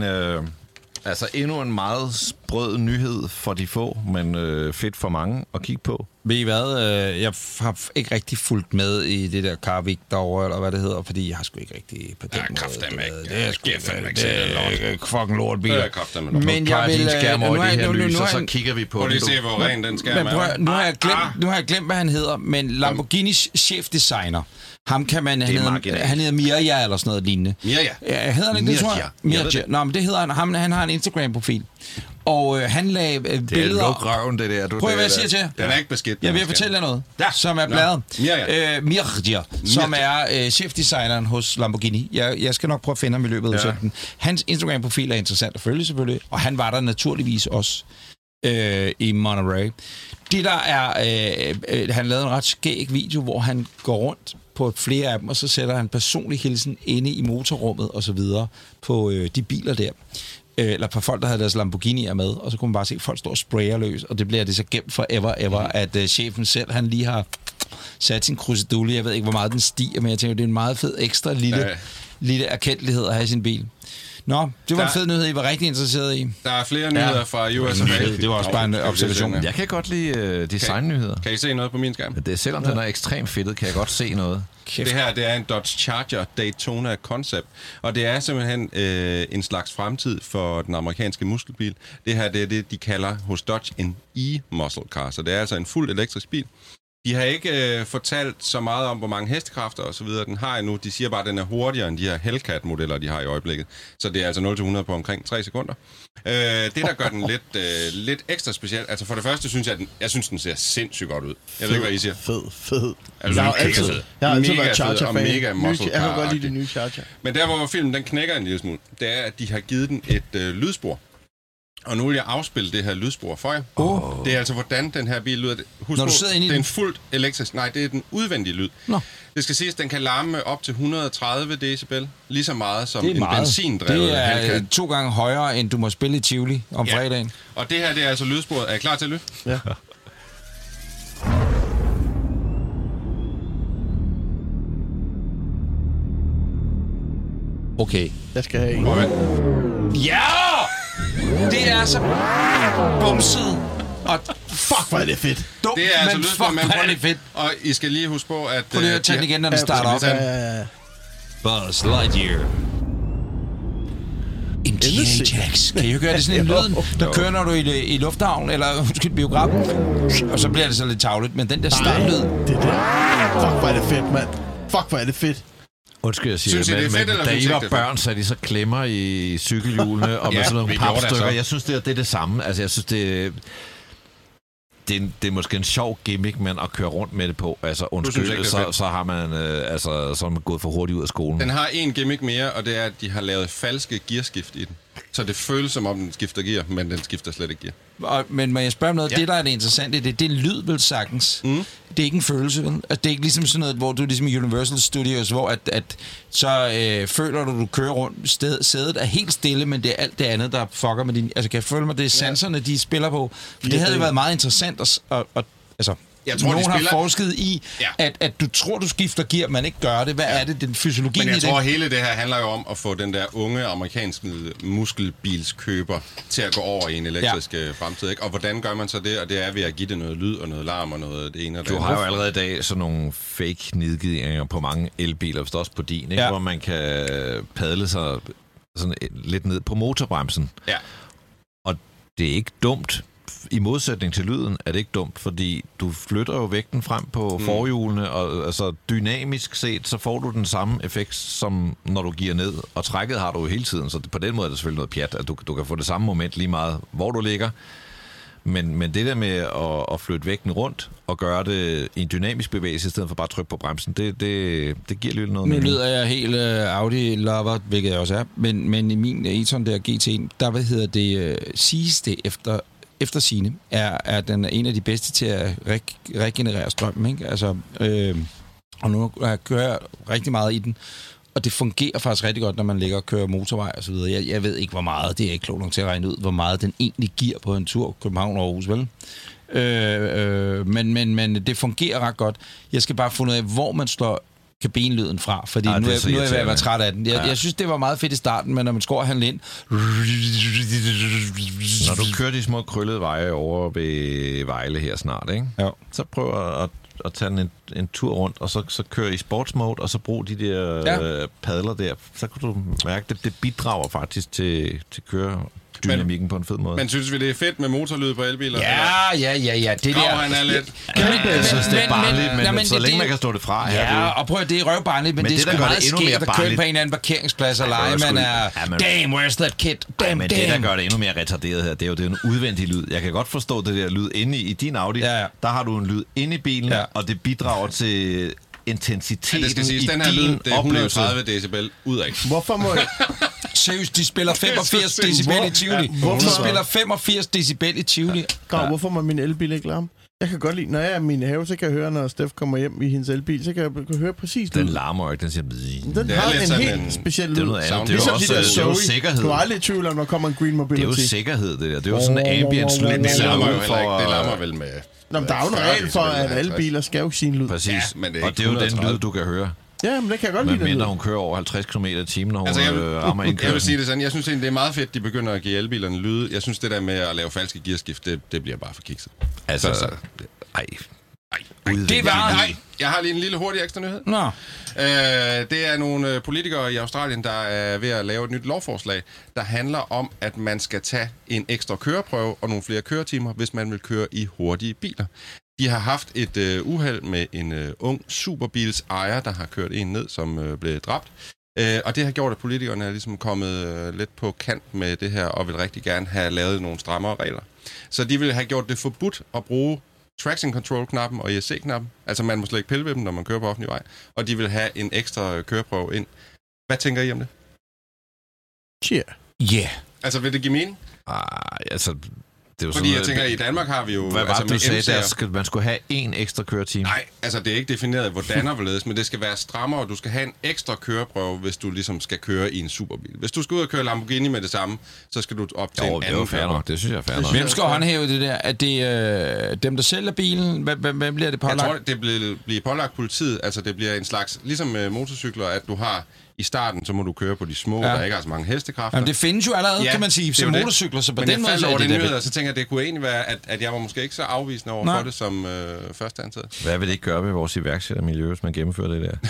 altså endnu en meget sprød nyhed for de få, men fedt for mange at kigge på. Ved I hvad? Jeg har ikke rigtig fulgt med i det der Carvik derovre, eller hvad det hedder, fordi jeg har sgu ikke rigtig på den måde. Det er sgu ikke fucking lortbiler. Men jeg vil... skærm over det her lys, og så kigger vi på den. Prøv lige se, hvor ren den skærm er. Nu har jeg glemt, hvad han hedder, men Lamborghinis chefdesigner, ham kan man... Han hedder Mirja eller sådan noget lignende. Mirja? Hedder han ikke det, tror jeg? Mirja. Nå, men det hedder han. Han har en Instagram-profil. Og han lagde billeder... Det er luk røven, det der. Prøv at hvad jeg siger til jer. Den er ikke beskidt. Jeg vil fortælle jer noget, som er bladet. Mirja, som er chefdesigneren hos Lamborghini. Jeg skal nok prøve at finde ham i løbet af udsendelsen. Hans Instagram-profil er interessant at følge selvfølgelig, og han var der naturligvis også i Monterey. Det der er... han lavede en ret skæg video, hvor han går rundt på flere af dem, og så sætter han personlig hilsen inde i motorrummet og så videre på de biler der. Eller på folk, der havde deres Lamborghini'er med, og så kunne man bare se, at folk står og sprayer løs, og det bliver det så gemt forever, at chefen selv, han lige har sat sin krusedulle. Jeg ved ikke, hvor meget den stiger, men jeg tænker, det er en meget fed ekstra lille erkendelighed at have i sin bil. Nå, det var en fed nyhed, I var rigtig interesseret i. Der er flere nyheder fra US. Det var også bare en observation. Jeg kan godt lide designnyheder. Kan I se noget på min skærm? Det, selvom den er ekstremt fedtet, kan jeg godt se noget. Det her, det er en Dodge Charger Daytona Concept, og det er simpelthen en slags fremtid for den amerikanske muskelbil. Det her, det er det, de kalder hos Dodge en e-muscle car, så det er altså en fuld elektrisk bil. De har ikke fortalt så meget om, hvor mange hestekræfter og så videre den har endnu. De siger bare, at den er hurtigere end de her Hellcat-modeller, de har i øjeblikket. Så det er altså 0-100 på omkring 3 sekunder. Det, der gør den lidt ekstra speciel, altså for det første synes jeg synes, den ser sindssygt godt ud. Jeg ved ikke, hvad I siger. Fed. Altså, Jeg har altid været Charger-fan. Mega muscle car. Jeg kan godt lide de nye Charger. Men der, hvor filmen den knækker en lille smule, det er, at de har givet den et lydspor. Og nu vil jeg afspille det her lydspor for jer. Det er altså, hvordan den her bil lyder. Husk når du sidder inde i det er en fuldt elektrisk... Nej, det er den udvendige lyd. Nå. Det skal siges, at den kan larme op til 130 decibel. Lige så meget som en benzindrevet Hellcat. Det er 2 gange højere, end du må spille i Tivoli om fredagen. Og det her, det er altså lydsporet. Er I klar til at lytte? Ja. Okay. Jeg skal have en. Ja! Det er så bumset. Og Fuck, hvor er det fedt. dumt, Det er altså men lydsporet, fuck, man hvor er det fedt. Og I skal lige huske på, at... Prøv lige at tage den igen, når den starter op. Ja. Buzz Lightyear. Indiana Jacks. Kan I jo gøre det sådan en lyd, der kører, når du er i lufthavn, eller biografen, og så bliver det så lidt tavligt, men den der startlyd... Det der. Fuck, hvor er det fedt, mand. Fuck, hvor er det fedt. Undskyld, jeg siger, Synes I, det er fedt, eller da synes I I var ikke, det er fedt? børn, så er de så klemmer i cykelhjulene og med sådan nogle vi gjorde det papstykker. så. Jeg synes, det er det samme. Altså, jeg synes, det er måske en sjov gimmick, men at køre rundt med det på. Altså, undskyld, så har man så er man gået for hurtigt ud af skolen. Den har en gimmick mere, og det er, at de har lavet falske gearskift i den. Så det føles som om, den skifter gear, men den skifter slet ikke gear. Men må jeg spørge om noget? Ja. Det, der er det interessante, det er lyd vel sagtens. Det er ikke en følelse, vel? Altså, det er ikke ligesom sådan noget, hvor du er ligesom i Universal Studios, hvor at så føler du kører rundt. Sædet er helt stille, men det er alt det andet, der fucker med din... Altså, kan jeg føle mig, det er sanserne, de spiller på? For det havde jo været meget interessant at altså... Jeg tror, nogen har forsket i, at du tror, du skifter gear, men ikke gør det. Hvad er det, den fysiologi i det? Men jeg tror, hele det her handler jo om at få den der unge amerikanske muskelbilskøber til at gå over i en elektrisk fremtid. Ikke? Og hvordan gør man så det? Og det er ved at give det noget lyd og noget larm og noget det ene og det Du andet. har jo allerede i dag sådan nogle fake nedgidinger på mange elbiler, hvis også på din, ikke? Hvor man kan padle sig sådan lidt ned på motorbremsen. Ja. Og det er ikke dumt. I modsætning til lyden er det ikke dumt, fordi du flytter jo vægten frem på forhjulene, og altså dynamisk set, så får du den samme effekt, som når du giver ned. Og trækket har du jo hele tiden, så på den måde er det selvfølgelig noget pjat, at du kan få det samme moment lige meget, hvor du ligger. Men det der med at flytte vægten rundt og gøre det i en dynamisk bevægelse, i stedet for bare at trykke på bremsen, det giver lidt noget. Nu lyder jeg helt Audi-lover, hvilket jeg også er, men i min e-tron der GT'en, der siges det efter sigende, er den en af de bedste til at regenerere strømmen, ikke? Altså, og nu kører jeg rigtig meget i den, og det fungerer faktisk rigtig godt, når man ligger og kører motorvej og så videre. Jeg ved ikke, hvor meget, det er ikke klogt nok til at regne ud, hvor meget den egentlig giver på en tur København-Aarhus, vel? Men det fungerer ret godt. Jeg skal bare finde ud af, hvor man slår kabinelyden fra, fordi nu er jeg ved at være træt af den. Jeg synes, det var meget fedt i starten, men når man skal handle ind... Når du kører de små krøllede veje over ved Vejle her snart, ikke? Ja. Så prøv at tage en tur rundt, og så køre i sportsmode, og så brug de der padler der. Så kan du mærke, at det bidrager faktisk til køredynamikken på en fed måde. Men synes vi, det er fedt med motorlyd på elbiler? Ja. Det der... Han er lidt... Jeg synes, det er barnligt, men så længe man kan stå det fra. Ja, og prøv at det er røvbarnligt, men det er sgu meget skægt at køre på en anden parkeringsplads og lege, man er... Damn, where's that kid? Damn. Det, der gør det endnu mere retarderet her, det er jo en udvendig lyd. Jeg kan godt forstå det der lyd inde i din Audi. Ja. Der har du en lyd inde i bilen, og det bidrager til intensiteten det skal siges, i den her din lyd, det er oplevelse. 130 decibel ud af. Hvorfor må jeg... Seriøst, de spiller 85 decibel i Tivoli. De spiller 85 decibel i Tivoli. Hvorfor må min elbil ikke larme? Jeg kan godt lide, når jeg er i min have, så kan jeg høre, når Steff kommer hjem i hendes elbil, så kan jeg høre præcis den larmer ikke, den siger... Den har en helt speciel lyd. Det er noget andet. Det er også sikkerhed. Du er aldrig i tvivl om, der kommer en Green Mobility. Det er jo sikkerhed, det der. Det er jo sådan en ambience lyd. Men det larmer jo heller ikke. Det larmer vel med... Nå, men der er jo en regel for, at alle biler skal jo sige en lyd. Præcis, Ja, men det er og det er jo den lyd, du kan høre. Ja, men det kan jeg godt lide. Men mindre hun kører over 50 km i timen, når hun rammer jeg vil sige det sådan, jeg synes egentlig, det er meget fedt, de begynder at give elbilerne lyde. Jeg synes, det der med at lave falske gearskift, det bliver bare for kikset. Altså, Det var... Nej, jeg har lige en lille hurtig ekstra nyhed. Nå. Det er nogle politikere i Australien, der er ved at lave et nyt lovforslag, der handler om, at man skal tage en ekstra køreprøve og nogle flere køretimer, hvis man vil køre i hurtige biler. De har haft et uheld med en ung superbils ejer, der har kørt en ned, som blev dræbt. Og det har gjort, at politikerne er ligesom kommet lidt på kant med det her, og vil rigtig gerne have lavet nogle strammere regler. Så de vil have gjort det forbudt at bruge traction control-knappen og ESC-knappen. Altså man må slet ikke pille ved dem, når man kører på offentlig vej. Og de vil have en ekstra køreprøve ind. Hvad tænker I om det? Yeah. Altså vil det give mening? Altså... Det er Fordi sådan, jeg tænker, i Danmark har vi jo... Hvad var det, du sagde, man skulle have en ekstra køretime? Nej, altså det er ikke defineret, hvordan og hvorledes, men det skal være strammere. Du skal have en ekstra køreprøve, hvis du ligesom skal køre i en superbil. Hvis du skal ud og køre Lamborghini med det samme, så skal du op til en anden køreprøve. Det synes jeg er fair nok. Hvem skal håndhæve det der? Er det dem, der sælger bilen? Hvad bliver det pålagt? Jeg tror, det bliver pålagt politiet. Altså det bliver en slags... Ligesom med motorcykler, at du har... I starten, så må du køre på de små, der ikke har så mange hestekræfter. Jamen, det findes jo allerede, kan man sige, som motorcykler, så på men den måde... Men jeg faldt over det, så tænker jeg, det kunne egentlig være, at jeg var måske ikke så afvisende over for det som første antaget. Hvad vil det ikke gøre ved vores iværksættermiljø, hvis man gennemfører det der?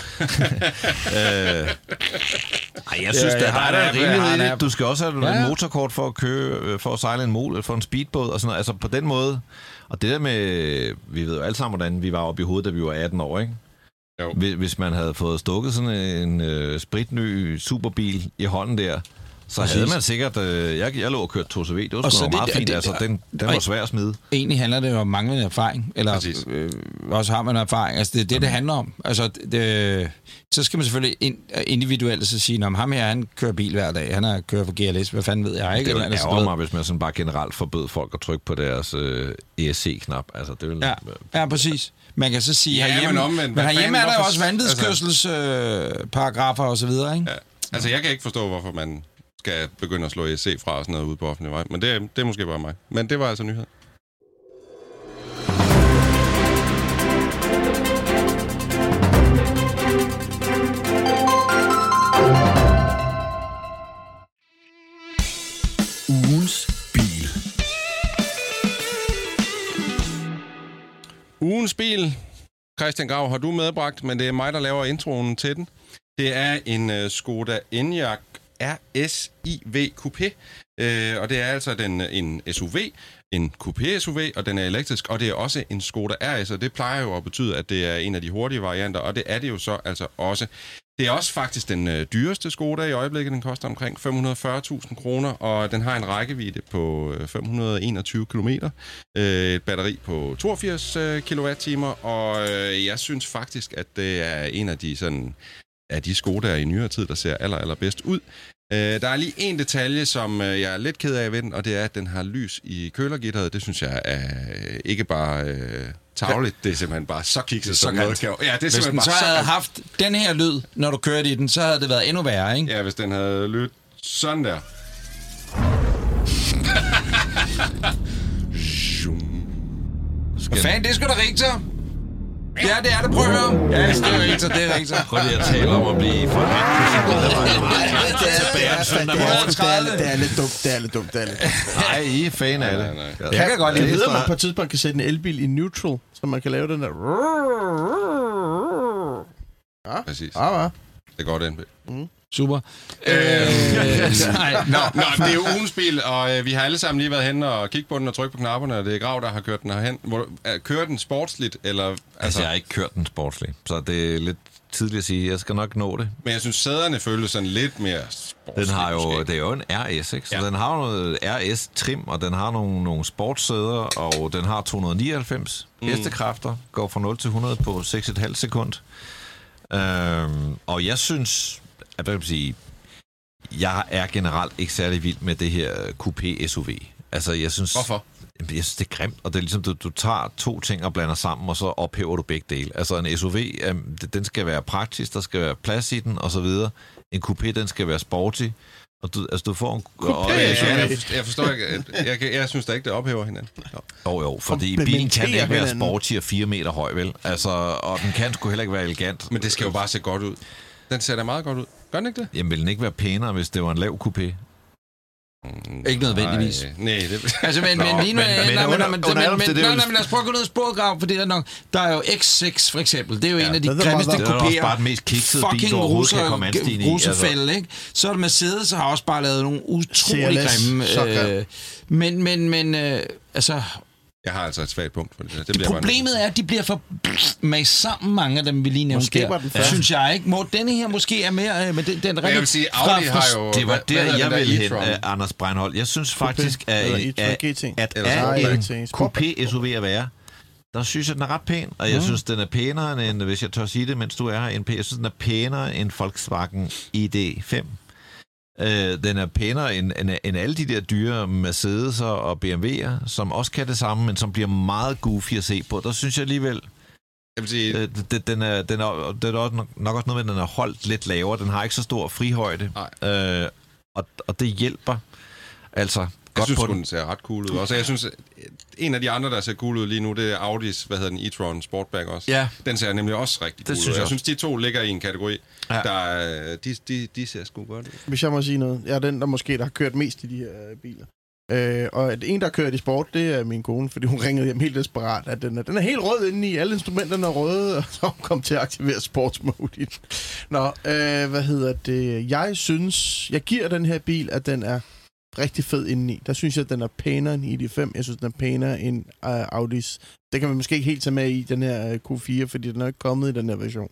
Jeg synes, der er rimelighed i det. Du skal også have et motorkort for at køre, for at sejle en mol, for en speedbåd og sådan noget. Altså på den måde. Og det der med, vi ved jo alle sammen, hvordan vi var oppe i hovedet, da vi var 18 år, ikke? Jo. Hvis man havde fået stukket sådan en spritny superbil i hånden der, så havde man sikkert... Jeg lå og kørte 2CV, det var sgu meget fint. Altså, den var svær at smide. Egentlig handler det jo om manglende erfaring, eller også har man erfaring. Altså, det er det handler om. Altså, så skal man selvfølgelig individuelt så sige, om ham her, han kører bil hver dag, han har kørt for GLS, hvad fanden ved jeg ikke? Det er jo mig, hvis man sådan bare generelt forbød folk at trykke på deres ESC-knap. Altså, det vil... Ja, præcis. Man kan så sige, men herhjemme er der jo også vanvidskørselsparagrafer og så videre, ikke? Ja. Altså, jeg kan ikke forstå, hvorfor man skal begynde at slå ESC fra og sådan noget ude på offentlig vej. Men det er måske bare mig. Men det var altså nyhed. Ugens bil. Ugens bil, Christian Grav, har du medbragt, men det er mig, der laver introen til den. Det er en Skoda Enyaq RSiV Coupé, og det er altså en SUV, en Coupé-SUV, og den er elektrisk, og det er også en Skoda RS, og det plejer jo at betyde, at det er en af de hurtige varianter, og det er det jo så altså også. Det er også faktisk den dyreste Skoda i øjeblikket. Den koster omkring 540.000 kroner, og den har en rækkevidde på 521 kilometer. Et batteri på 82 kWh, og jeg synes faktisk, at det er en af de sådan af de Skodaer i nyere tid, der ser allerbedst ud. Der er lige en detalje, som jeg er lidt ked af ved den, og det er, at den har lys i kølergitteret. Det synes jeg er ikke bare tarveligt, det er simpelthen bare så kikset som noget. Ja, det er hvis simpelthen den så bare havde haft den her lyd, når du kørte i den, så havde det været endnu værre, ikke? Ja, hvis den havde lyttet sådan der. Hvad fanden, det er sgu da Richter. Ja, det er det. Prøv at høre. Ja, det er Richter, det er Richter. Prøv lige at tale om at blive forhandlet på sin Det er lidt dumt. Nej, I er fan af det. Jeg kan godt lide det. Man på et tidspunkt kan sætte en elbil i neutral, så man kan lave den der... Ja, præcis. Ja. Det er godt NB. Super. Nå, det er jo ugens bil, og vi har alle sammen lige været hen og kigget på den og trykket på knapperne, og det er Grav, der har kørt den herhen. Kører den sportsligt, eller... Altså, jeg har ikke kørt den sportsligt, så det er lidt tidligt at sige. Jeg skal nok nå det. Men jeg synes, sæderne føles sådan lidt mere sportsligt. Den har jo, det er jo en RS, ikke? Så den har jo noget RS-trim, og den har nogle sportssæder, og den har 299 hestekræfter, går fra 0 til 100 på 6,5 sekund. Og jeg synes... Jeg er generelt ikke særlig vild med det her Coupé SUV. Altså, jeg synes... Hvorfor? Jeg synes, det er grimt, og det er ligesom, du tager to ting og blander sammen, og så ophæver du begge dele. Altså, en SUV, den skal være praktisk, der skal være plads i den, og så videre. En Coupé, den skal være sporty, Og du får en... Jeg forstår ikke. Jeg synes da ikke, det ophæver hinanden. Jo, fordi bilen kan ikke være sporty og 4 meter høj, vel? Altså, og den kan sgu heller ikke være elegant. Men det skal jo bare se godt ud. Den ser da meget godt ud. Gør den ikke det? Jamen, vil den ikke være pænere, hvis det var en lav coupé? Ikke nødvendigvis. Nej, det... Altså, men lige nu... lad os prøve at gå ned og sporgrav, for det er nok... Der er jo X6, for eksempel. Det er jo en af de grimmeste kupéer. Det er også bare den mest kiksede bil, du overhovedet kan komme anstigende i. Russerfælde, ikke? Så er det Mercedes, har også bare lavet nogle utrolig grimme... Men altså... Jeg har altså et svagt punkt for det. Problemet er, at de bliver for med sammen, mange af dem, vi lige nævnte der. Synes jeg ikke. Må denne her måske er mere... Men den jeg vil sige, Audi har jo... Det var der, jeg ville hen, Anders Breinholt. Jeg synes faktisk, at coupé SUV at være, der synes jeg, den er ret pæn. Og jeg synes, den er pænere end, hvis jeg tør sige det, mens du er her, jeg synes, den er pænere end Volkswagen ID.5. Den er pænere end alle de der dyre Mercedes og BMW'er, som også kan det samme, men som bliver meget goofy at se på. Der synes jeg alligevel, jeg vil sige, den er nok også noget med, at den er holdt lidt lavere. Den har ikke så stor frihøjde, og det hjælper. Altså, jeg synes, den ser ret cool ud. Også jeg synes, en af de andre, der ser cool ud lige nu, det er Audis, e-tron Sportback også. Ja. Den ser nemlig også rigtig cool ud. Jeg synes, de to ligger i en kategori, der de ser sgu godt ud. Hvis jeg må sige noget. Jeg er den, der har kørt mest i de her biler. Og en, der har kørt i sport, det er min kone, fordi hun ringede hjem helt desperat, at den er helt rød inde i, alle instrumenterne er røde, og så hun kom til at aktivere sportsmode. Nå, jeg giver den her bil, at den er rigtig fed indeni. Der synes jeg, at den er pænere end ID.5. Jeg synes, den er pænere end Audis. Det kan man måske ikke helt tage med i den her Q4, fordi den er ikke kommet i den her version.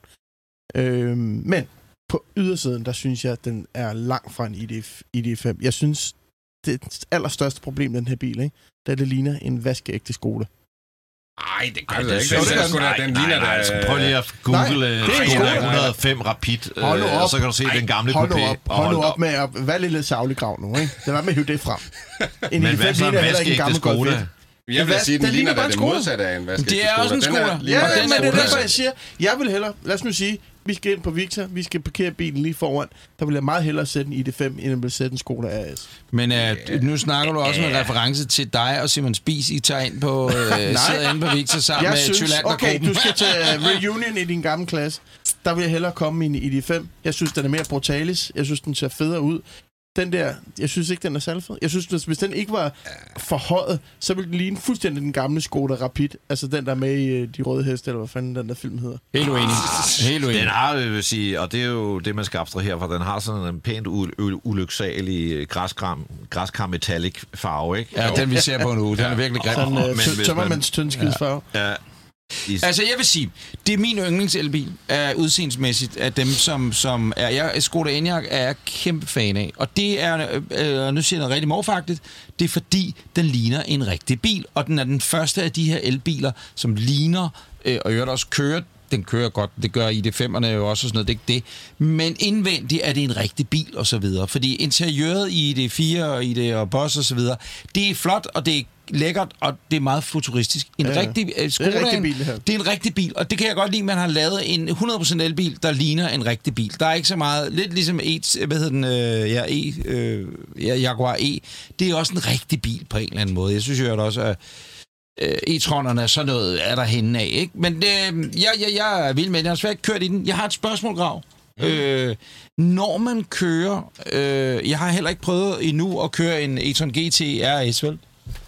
Men på ydersiden, der synes jeg, at den er langt fra en ID.5. Jeg synes, det allerstørste problem med den her bil, ikke? Det ligner en vaskeægte Skoda. Nej, det gør det ikke. Den ligner der. Prøv lige at google Skoda 105 Rapid, og så kan du se den gamle coupé. Hold nu op med at være lidt savlig grav nu, ikke? Det var med at hive det frem. Men hvad så en vaskeægte Skoda? Jeg vil sige, den ligner da det modsatte af en vaskeægte Skoda. Det er også en Skoda. Ja, men det er derfor, jeg siger, jeg vil hellere, lad os nu sige, vi skal ind på Victor, vi skal parkere bilen lige foran. Der vil jeg meget hellere sætte en ID.5, end jeg vil sætte en Skoda RS. Men nu snakker du også med reference til dig og Simon Spies. I tager ind på, sidder inde på Victor sammen med Tylander-gruppen. Okay, du skal til reunion i din gamle klasse. Der vil jeg hellere komme i en ID.5. Jeg synes, den er mere brutalis. Jeg synes, den ser federe ud. Den der, jeg synes ikke, den er særlig fed. Jeg synes, hvis den ikke var forhøjet, så ville den ligne fuldstændig den gamle Skoda Rapid. Altså den, der er med i De Røde Heste, eller hvad fanden den der film hedder. Helt uenig. Den har, vil sige, og det er jo det, man skal abstrahere fra, den har sådan en pænt ulyksalig græskar metallic farve, ikke? Ja, den vi ser på nu, den er virkelig grim. Sådan tømmermands tyndskidsfarve. Ja. Altså, jeg vil sige, det er min yndlingselbil udseendsmæssigt af dem, som er... Skoda Enyaq er jeg kæmpe fan af. Og det er, nu siger jeg noget rigtig morfagtigt, det er fordi, den ligner en rigtig bil. Og den er den første af de her elbiler, som ligner, og i øvrigt også kører. Den kører godt, det gør ID.5'erne jo også og sådan noget, det er ikke det. Men indvendigt er det en rigtig bil og så videre. Fordi interiøret i ID.4 og ID og Boss og så videre, det er flot, og det er lækkert, og det er meget futuristisk. Rigtig Skoda, det er en rigtig bil, det her. Det er en rigtig bil, og det kan jeg godt lide, man har lavet en 100% elbil, der ligner en rigtig bil. Der er ikke så meget, lidt ligesom Jaguar E. Det er også en rigtig bil på en eller anden måde. Jeg synes jo også, at e-tronerne, sådan noget er der henne af, ikke? Men jeg er vild med det. Jeg har svært kørt i den. Jeg har et spørgsmål, Grav. Når man kører... jeg har heller ikke prøvet endnu at køre en e-tron GT RS, vel?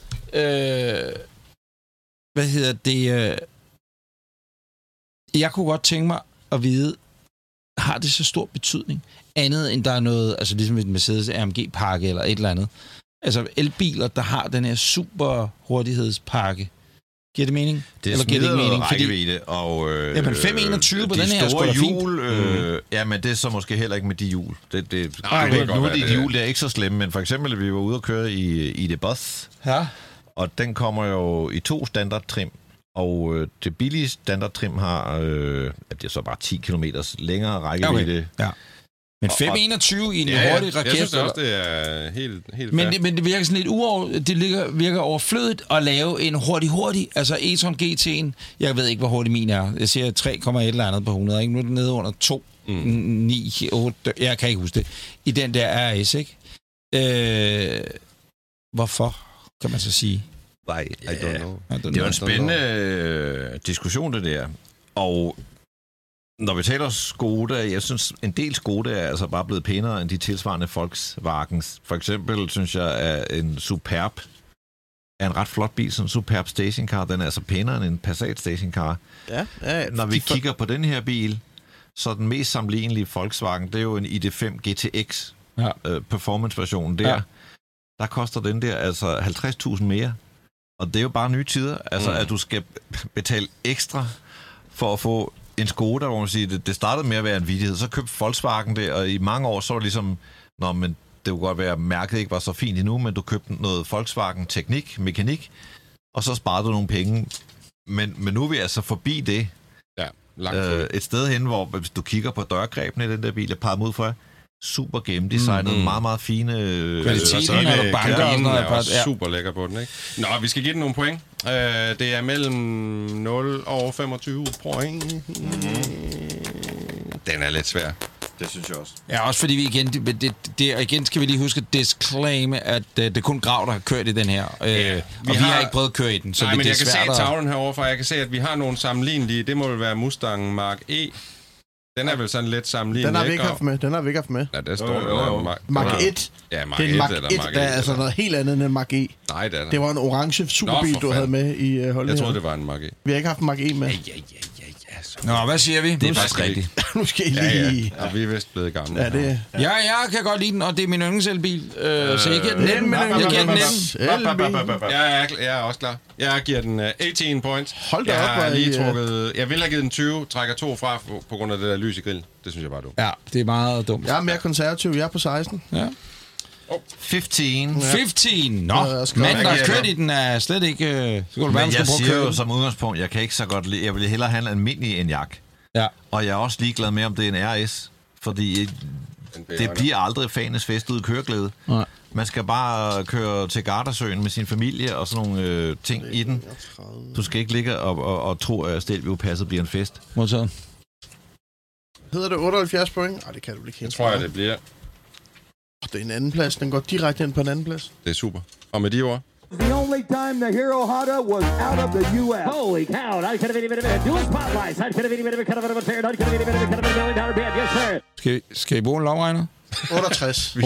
Jeg kunne godt tænke mig at vide, har det så stor betydning? Andet end der er noget, altså ligesom et Mercedes AMG-pakke eller et eller andet. Altså elbiler, der har den her super hurtighedspakke. Giver det mening? Det eller giver det ikke mening? Rækkevidde, og men 521 på den her store hjul, men det er så måske heller ikke med de hjul. Nu er de hjul, det er ikke så slemme, men for eksempel, vi var ude og køre i det Boss. Ja. Og den kommer jo i 2 standardtrim, og det billige standardtrim har, det er så bare 10 km længere rækkevidde. Okay. Ja. Men 521 i en hurtig raket. Jeg synes også, det er helt men det virker sådan lidt virker overflødigt at lave en hurtig, altså e-tron GT'en. Jeg ved ikke, hvor hurtig min er. Jeg siger 3,1 eller andet på 100, ikke? Nu er den nede under 2, 9, 8, jeg kan ikke huske det. I den der RS, ikke? Hvorfor, kan man så sige? Nej, I don't know. Det er jo en spændende diskussion, det der. Og når vi taler Skoda, jeg synes, en del Skoda er altså bare blevet pænere end de tilsvarende Volkswagens. For eksempel synes jeg, at en Superb er en ret flot bil, sådan en Superb stationcar. Den er altså pænere end en Passat stationcar. Ja, når vi kigger på den her bil, så den mest sammenlignelige Volkswagen, det er jo en ID.5 GTX performance-versionen der. Ja. Der koster den der altså 50.000 mere. Og det er jo bare nye tider. Altså, at du skal betale ekstra for at få en Skoda, hvor man siger, det startede med at være en vittighed. Så købte Volkswagen det, og i mange år så var det ligesom, men det kunne godt være, at mærket ikke var så fint endnu, men du købte noget Volkswagen teknik, mekanik, og så sparede du nogle penge. Men nu er vi altså forbi det. Ja, langt et sted hen, hvor hvis du kigger på dørgrebene i den der bil, jeg pegede ud for, super gennemdesignet, meget, meget fine... Kvaliteten er der banker og sådan noget. Er også super lækker på den, ikke? Nå, vi skal give den nogle point. Det er mellem 0 og 25 point. Den er lidt svær. Det synes jeg også. Ja, også fordi vi igen skal vi lige huske at disclaime, at det er kun Grav, der har kørt i den her. Og vi har ikke prøvet at køre i den, så nej, men det er jeg kan svært se tavlen herovre, for jeg kan se, at vi har nogle sammenlignelige. Det må vel være Mustang Mark E. Den er vel sådan lidt sammenlignelig. Den har vi ikke haft med. Ja, der står der. Mark 1. Ja, Mark det er 1 Mark eller 1, Mark 1. der er altså noget helt andet end en Mark E. Nej, det er der. Det var en orange superbil, du havde med i holdningen. Jeg troede, det var en Mark E. Vi har ikke haft en Mark E med. Ja. Nå, hvad siger vi? Det er faktisk rigtigt. Nu skal I lige... Ja, vi er vist blevet gamle. Ja, det... Ja, jeg kan godt lide den, og det er min yndlingselbil. Så jeg giver den 19. Jeg giver den 19. Jeg er også klar. Jeg giver den 18 points. Hold da op, jeg har lige trukket... Jeg ville have givet den 20, trækker 2 fra på grund af det der lys i grillen. Det synes jeg bare er dumt. Ja, det er meget dumt. Jeg er mere konservativ. Jeg er på 16. Ja. 15. 15. Nå, manden, der har kørt i den, er slet ikke... Men jeg siger jo som udgangspunkt, jeg kan ikke så godt lide... Jeg vil hellere have en almindelig Enyaq. Ja. Og jeg er også ligeglad med, om det er en RS. Fordi det bliver aldrig fanens fest ud i køreglæde. Nej. Man skal bare køre til Gardasøen med sin familie og sådan nogle ting i den. Du skal ikke ligge og tro, at Stelvio-passet bliver en fest. Modtaget. Hedder det 78 point? Nej, det kan du ikke helt. Det tror jeg, det bliver. Det er en anden plads. Den går direkte ind på en anden plads. Det er super. Og med de ord... The only time the Hero Honda was out of the U.S. Holy cow! I could have any minute. Dual spotlights. I could have any minute. Could have been a fair. I could have any minute. Could have been $1 million band. Yes, sir. Skal I bruge en lovregner? 68.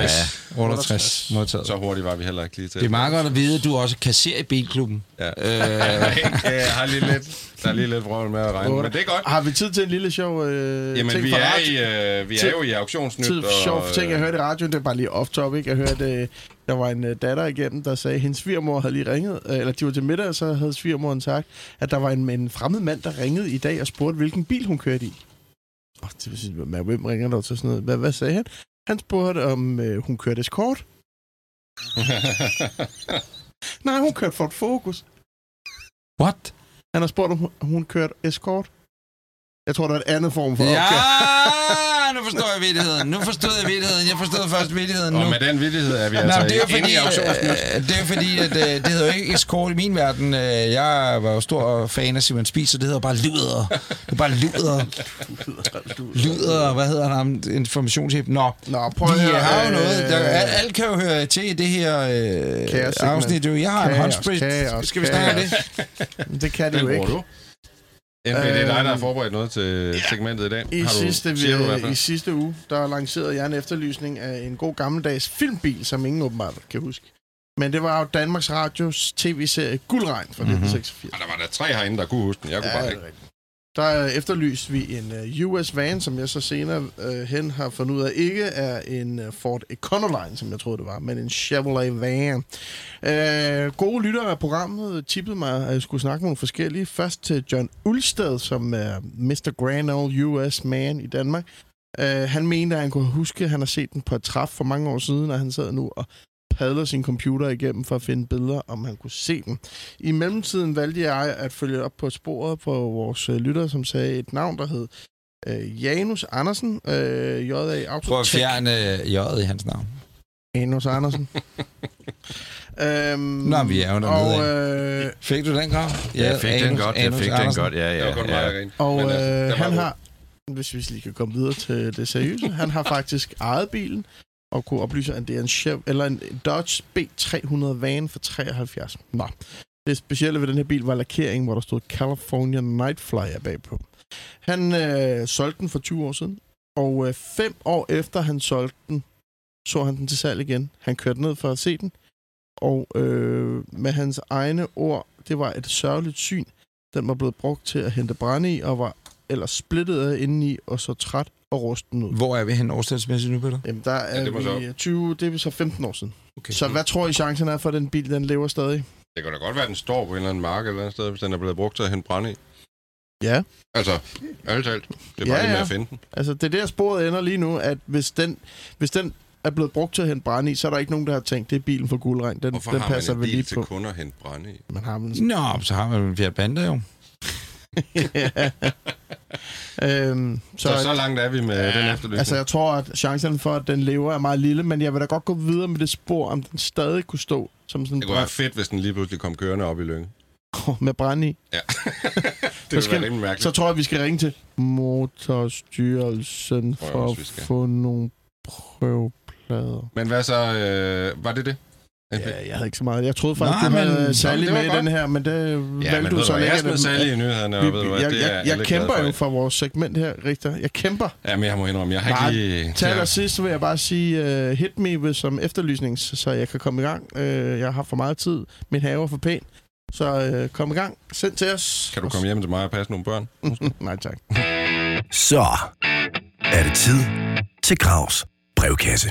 68. Modtaget. Så hurtigt var vi heller ikke lige til. Det er meget godt at vide, at du også kasserer i bilklubben. Ja. Jeg har lige lidt vrøvl med at regne, men det er godt. Har vi tid til en lille sjov Jamen, ting vi er jo i auktionsnyt. Tid for sjov ting, jeg hørte i radioen. Det er bare lige off-topic. Jeg hørte, der var en datter igennem, der sagde, at hendes svigermor havde lige ringet, eller de var til middag, og så havde svigermoren sagt, at der var en fremmed mand, der ringede i dag og spurgte, hvilken bil hun kørte i. Hvem ringer der til sådan noget? Hvad sagde han? Han spurgte, om hun kørte Escort. Nej, hun kørte Ford Focus. What? Han har spurgt, om hun kørte Escort. Jeg tror, der er et andet form for opgave. Nu forstår jeg vittigheden. Jeg forstod først vittigheden nu. Og med den vittighed er vi inde i auktionsnyt. Det er fordi, at det hedder jo ikke Escort i min verden. Jeg var jo stor fan af Simon Spies, så det hedder bare Luder. Det er bare Luder. Hvad hedder han? Informationship. Nå, prøv at høre. Vi har jo noget. Alt kan jo høre til i det her afsnit. Jeg har en håndsprit. Skal vi snakke om det? Det kan det jo ikke. Det er dig, der har forberedt noget til segmentet i dag. I sidste uge, der lancerede jeg en efterlysning af en god gammeldags filmbil, som ingen åbenbart kan huske. Men det var jo Danmarks Radios tv-serie Guldregn fra 1986. Der var der 3 herinde, der kunne huske den. Jeg kunne bare ikke. Der efterlyste vi en US van, som jeg så senere hen har fundet ud af ikke er en Ford Econoline, som jeg troede det var, men en Chevrolet van. Gode lyttere af programmet tippede mig, at jeg skulle snakke med nogle forskellige. Først til John Ulsted, som er Mr. Grand Old US Man i Danmark. Han mente, at han kunne huske, at han har set den på et træf for mange år siden, og han sad nu og padler sin computer igennem for at finde billeder, om han kunne se dem. I mellemtiden valgte jeg at følge op på sporet på vores lytter, som sagde et navn, der hed Janus Andersen. J.A. Autotech. Prøv at fjerne J'et i hans navn. Janus Andersen. Nå, vi er jo dernede. Fik du den godt? Ja, jeg fik den godt. Ja. Og han har, hvis vi lige kan komme videre til det seriøse, han har faktisk ejet bilen. og kunne oplyse, at det er en Dodge B300 van for 73. Nå. Det specielle ved den her bil var lakeringen, hvor der stod California Night Flyer bagpå. Han solgte den for 20 år siden, og 5 år efter han solgte den, så han den til salg igen. Han kørte ned for at se den, og med hans egne ord, det var et sørgeligt syn. Den var blevet brugt til at hente brænde i, og var ellers splittet indeni, og så træt og rusten ud. Hvor er vi hen årstalsmæssigt nu, Peter? Jamen, der er vi 20, det er så 15 år siden. Okay. Så hvad tror I chancen er for, at den bil, den lever stadig? Det kan da godt være, at den står på en eller anden mark eller andet sted, hvis den er blevet brugt til at hente brænde i. Ja. Altså, ærligt talt. Det er bare lige med at finde den. Altså, det er der sporet ender lige nu, at hvis den er blevet brugt til at hente brænde i, så er der ikke nogen, der har tænkt, det er bilen for Guldregn. Den passer vel lige på. Hvorfor har man en bil til kun at hente brænde i? Man har man... Nå, så har man en Fiat Panda jo. Så langt er vi med den efterlysning. Altså, jeg tror, at chancen for, at den lever, er meget lille, men jeg vil da godt gå videre med det spor, om den stadig kunne stå som sådan en det kunne være fedt, hvis den lige pludselig kom kørende op i Lynge. med brænde i. Ja. Det ville være rimelig mærkeligt. Så tror jeg, vi skal ringe til Motorstyrelsen for at få nogle prøveplader. Men hvad så? Var det? Ja, jeg havde ikke så meget. Jeg troede faktisk, du havde Sally med i den her, men det valgte du så ikke. Jeg smed Sally i nyhederne. Jeg kæmper jo for vores segment her, Richter. Jeg kæmper. Ja, men jeg må indrømme, jeg har ikke lige... Til allersidst vil jeg bare sige, hit me with som efterlysning, så jeg kan komme i gang. Jeg har for meget tid. Min have er for pæn. Så kom i gang. Send til os. Kan du komme hjem til mig og passe nogle børn? Nej, tak. Så er det tid til Gravs brevkasse.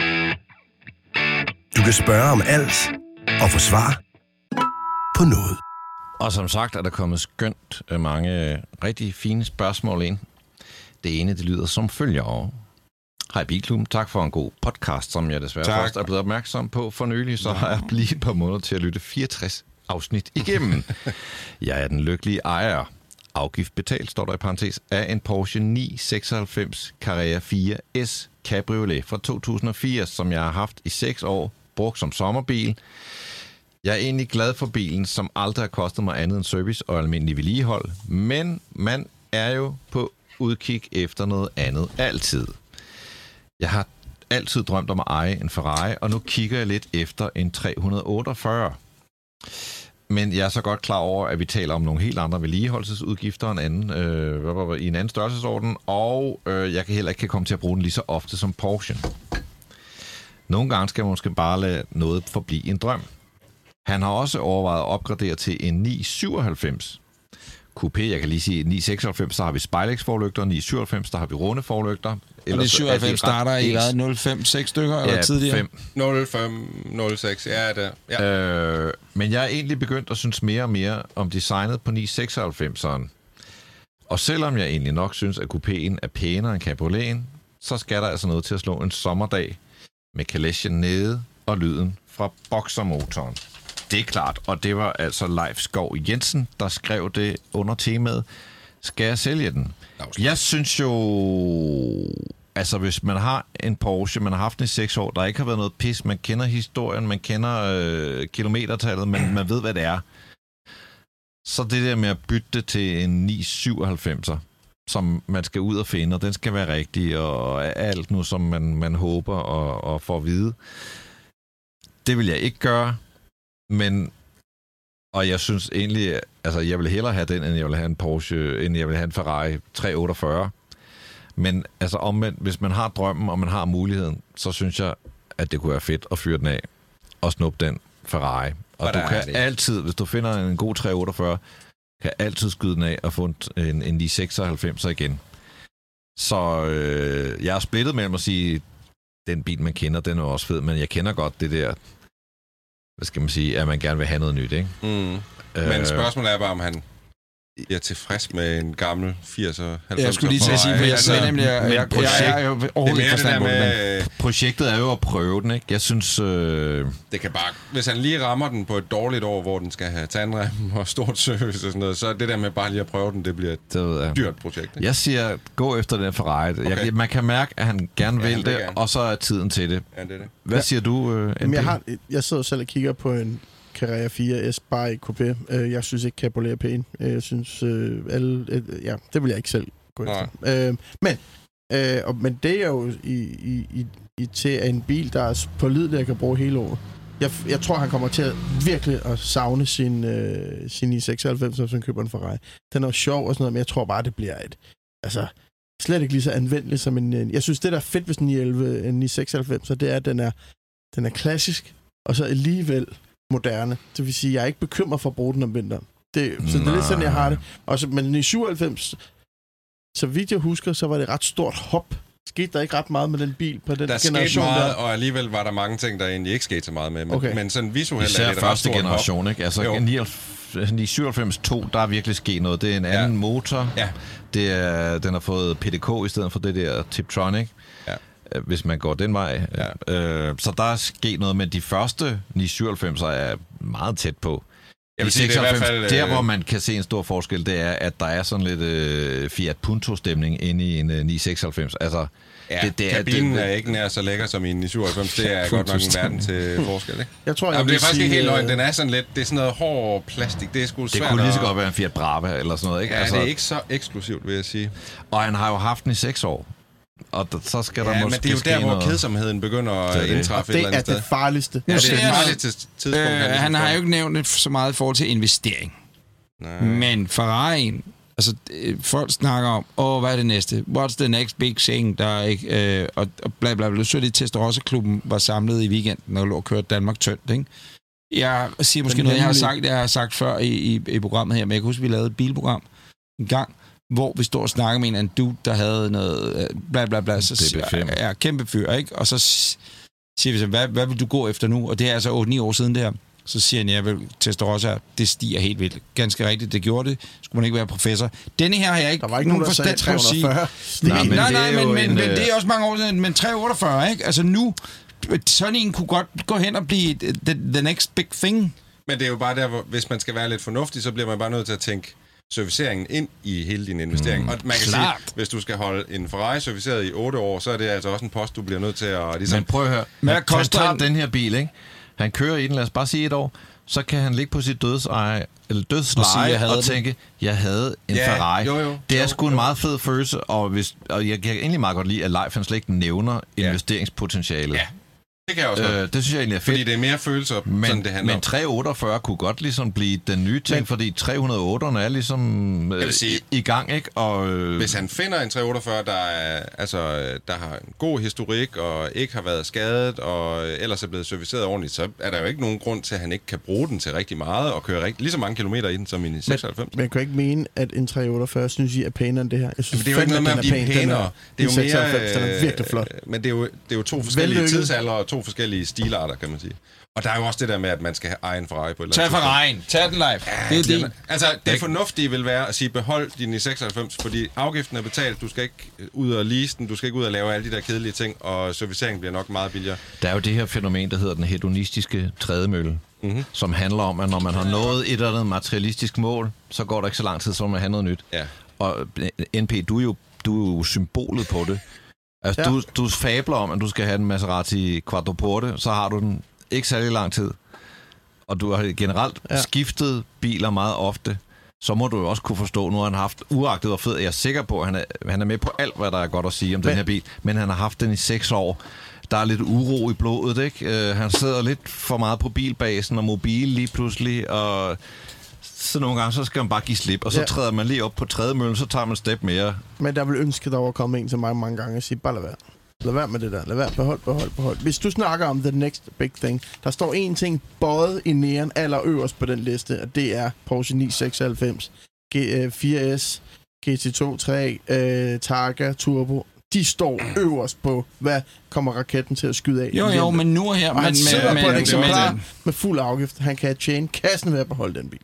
Du kan spørge om alt og få svar på noget. Og som sagt er der kommet skønt mange rigtig fine spørgsmål ind. Det ene, det lyder som følger. Hej Bilklubben, tak for en god podcast, som jeg desværre først er blevet opmærksom på for nylig, så har jeg lige et par måneder til at lytte 64 afsnit igennem. Jeg er den lykkelige ejer. Afgift betalt, står der i parentes, af en Porsche 996 Carrera 4 S Cabriolet fra 2004, som jeg har haft i 6 år, brugt som sommerbil. Jeg er egentlig glad for bilen, som aldrig har kostet mig andet end service og almindelig vedligehold, men man er jo på udkig efter noget andet altid. Jeg har altid drømt om at eje en Ferrari, og nu kigger jeg lidt efter en 348. Men jeg er så godt klar over, at vi taler om nogle helt andre vedligeholdelsesudgifter i en anden størrelsesorden, og jeg kan heller ikke komme til at bruge den lige så ofte som Porsche. Nogle gange skal man måske bare lade noget forblive en drøm. Han har også overvejet at opgradere til en 997 Coupé. Jeg kan lige sige, 996, der har vi spejlægsforlygter, 997, der har vi runde forlygter. Og det 97 starter i 0,5-6 stykker, eller tidligere? 0,5-0,6, ja, det ja. Men jeg er egentlig begyndt at synes mere og mere om designet på 996'eren. Og selvom jeg egentlig nok synes, at coupéen er pænere end cabrioleten, så skal der altså noget til at slå en sommerdag med kalesjen nede og lyden fra boxermotoren. Det er klart, og det var altså Leif Skov Jensen, der skrev det under temaet, skal jeg sælge den? Jeg synes jo, altså hvis man har en Porsche, man har haft den i 6 år, der ikke har været noget pis, man kender historien, man kender kilometertallet, men man ved, hvad det er. Så det der med at bytte det til en 997'er, som man skal ud og finde, og den skal være rigtig, og alt nu, som man håber og får at vide. Det vil jeg ikke gøre. Men, og jeg synes egentlig, altså jeg vil hellere have den, end jeg vil have en Porsche, end jeg vil have en Ferrari 348. Men altså omvendt, hvis man har drømmen, og man har muligheden, så synes jeg, at det kunne være fedt at fyre den af og snuppe den Ferrari. Og du kan altid, hvis du finder en god 348, kan altid skyde den af og få en 996 igen. Så jeg er splittet mellem at sige, den bil, man kender, den er også fed, men jeg kender godt det der, hvad skal man sige, at man gerne vil have noget nyt, ikke? Mm. Men spørgsmålet er bare, om han er tilfreds med en gammel 80'er, 90'er. Jeg skulle lige til at sige, for jeg siger nemlig, jeg er jo overhovedet ikke forstand på det. Projektet er jo at prøve den, ikke? Jeg synes... Det kan bare... Hvis han lige rammer den på et dårligt år, hvor den skal have tandrem og stort service og sådan noget, så det der med bare lige at prøve den, det bliver et dyrt projekt. Ikke? Jeg siger, gå efter den Ferrari. Okay. Man kan mærke, at han gerne vil det, og så er tiden til det. Ja, det er det. Hvad siger du, jeg sidder selv og kigger på en Carrera 4 S bare i coupé. Jeg synes ikke, Cabriolet er pæn. Jeg synes, det vil jeg ikke selv gå efter. Men Men det er jo til en bil, der er pålidelig, jeg kan bruge hele året. Jeg tror, han kommer til at virkelig at savne sin i96, som køber en Ferrari. Den er jo sjov og sådan noget, men jeg tror bare, det bliver slet ikke lige så anvendelig som en... Jeg synes, det der er fedt ved sådan en 96, så det er, at den er klassisk, og så alligevel moderne. Det vil sige, at jeg er ikke bekymret for at bruge den om vinteren. Så det er lidt sådan, jeg har det. Men i 97, så vidt jeg husker, så var det et ret stort hop. Skete der ikke ret meget med den bil på den generation der? Der skete meget, og alligevel var der mange ting, der egentlig ikke skete så meget med. Men sådan visuelt er det første generation, ikke? Altså 97-2, der er virkelig sket noget. Det er en anden motor. Ja. Den har fået PDK i stedet for det der Tiptronic. Ja. Hvis man går den vej. Ja. Så der er sket noget, men de første 997 er meget tæt på. Jeg vil sige, det er i hvert fald... Der, hvor man kan se en stor forskel, det er, at der er sådan lidt Fiat Punto-stemning inde i en 996. Altså, ja, kabinen er ikke nær så lækker som i en 997. Det er godt nok en verden til forskel, ikke? Jeg tror, det er faktisk ikke helt løgn. Den er sådan lidt... Det er sådan noget hård plastik. Det er sgu svært. Det kunne lige så godt være en Fiat Brava eller sådan noget, ikke? Ja, det er ikke så eksklusivt, vil jeg sige. Og han har jo haft den i 6 år. Og så skal der måske men det er jo der, hvor kedsomheden begynder at indtræffe et eller andet sted. Det er det farligste. Ja, det er det farligste tidspunkt. Han har jo ikke nævnt så meget i forhold til investering. Nej. Men Ferrari'en, altså folk snakker om, hvad er det næste? What's the next big thing? Der er ikke, og bla bla bla. Så det Testarossa-klubben var samlet i weekenden og lå og kørte Danmark tyndt, ikke? Jeg siger måske noget, jeg har sagt før i programmet her, men jeg kan huske, vi lavede et bilprogram en gang, hvor vi står og snakker med en dude, der havde noget bla bla bla, så er kæmpe fyr, ikke? Og så siger vi så, hvad vil du gå efter nu? Og det er altså 8-9 år siden det her. Så siger han, jeg vil Testarossa, det stiger helt vildt. Ganske rigtigt, det gjorde det. Skulle man ikke være professor. Denne her har jeg ikke der var ikke nogen forstand på at sige. Men det er også mange år siden, men 348, ikke? Altså nu, sådan en kunne godt gå hen og blive the next big thing. Men det er jo bare der, hvor hvis man skal være lidt fornuftig, så bliver man bare nødt til at tænke serviceringen ind i hele din investering. Og man kan sige, hvis du skal holde en Ferrari serviceret i 8 år, så er det altså også en post, du bliver nødt til at... Ligesom... Men prøv at høre, han tager den her bil, ikke? Han kører i den, lad os bare sige 1 år, så kan han ligge på sit dødsleje og tænke, jeg havde en Ferrari. Jo, det er sgu en meget fed følelse, og jeg kan egentlig meget godt lide, at Leif han slet ikke nævner investeringspotentialet. Ja. Det kan jeg også godt. Det synes jeg egentlig er fedt. Fordi det er mere følelser, sådan det handler om. Men 348 kunne godt ligesom blive den nye ting, fordi 308'erne er ligesom i gang, ikke? Og, hvis han finder en 348, der har en god historik, og ikke har været skadet, og ellers er blevet serviceret ordentligt, så er der jo ikke nogen grund til, at han ikke kan bruge den til rigtig meget, og køre lige så mange kilometer i den, som i en 96. Men jeg kan ikke mene, at en 348, synes I, er pænere end det her. Jeg synes, det er jo ikke noget med at blive pænere. Det er jo 96, den er virkelig flot. Men det er jo 2 forskellige tidsalder og 2 forskellige stilarter, kan man sige. Og der er jo også det der med, at man skal have en Ferrari på et eller andet. Tag Ferrari'en. Tag den live. Ja, det fornuftige vil være at sige, behold din i 96, fordi afgiften er betalt. Du skal ikke ud og lease den, du skal ikke ud og lave alle de der kedelige ting, og serviceringen bliver nok meget billigere. Der er jo det her fænomen, der hedder den hedonistiske trædemølle, som handler om, at når man har nået et eller andet materialistisk mål, så går der ikke så lang tid, så man har noget nyt. Ja. Og NP, du er jo symbolet på det. Altså, du fabler om, at du skal have en Maserati Quattroporte, så har du den ikke særlig lang tid. Og du har generelt skiftet biler meget ofte. Så må du jo også kunne forstå, nu har han haft, uagtet og fed, jeg er sikker på, at han er med på alt, hvad der er godt at sige om den her bil, men han har haft den i 6 år. Der er lidt uro i blodet, ikke? Han sidder lidt for meget på bilbasen og mobil lige pludselig, og... Så nogle gange, så skal man bare give slip, og så træder man lige op på trædemøllen, så tager man et step mere. Men der vil ønske, der var kommet en til mig mange gange og sige, bare lad være. Lad være med det der. Lad være. Behold. Hvis du snakker om the next big thing, der står en ting bøjet i næren allerøverst på den liste, og det er Porsche 996, 4S, GT2 3, Targa, Turbo. De står øverst på, hvad kommer raketten til at skyde af. Jo, men nu her... Og han sidder på et eksemplar med fuld afgift. Han kan tjene kassen ved at beholde den bil.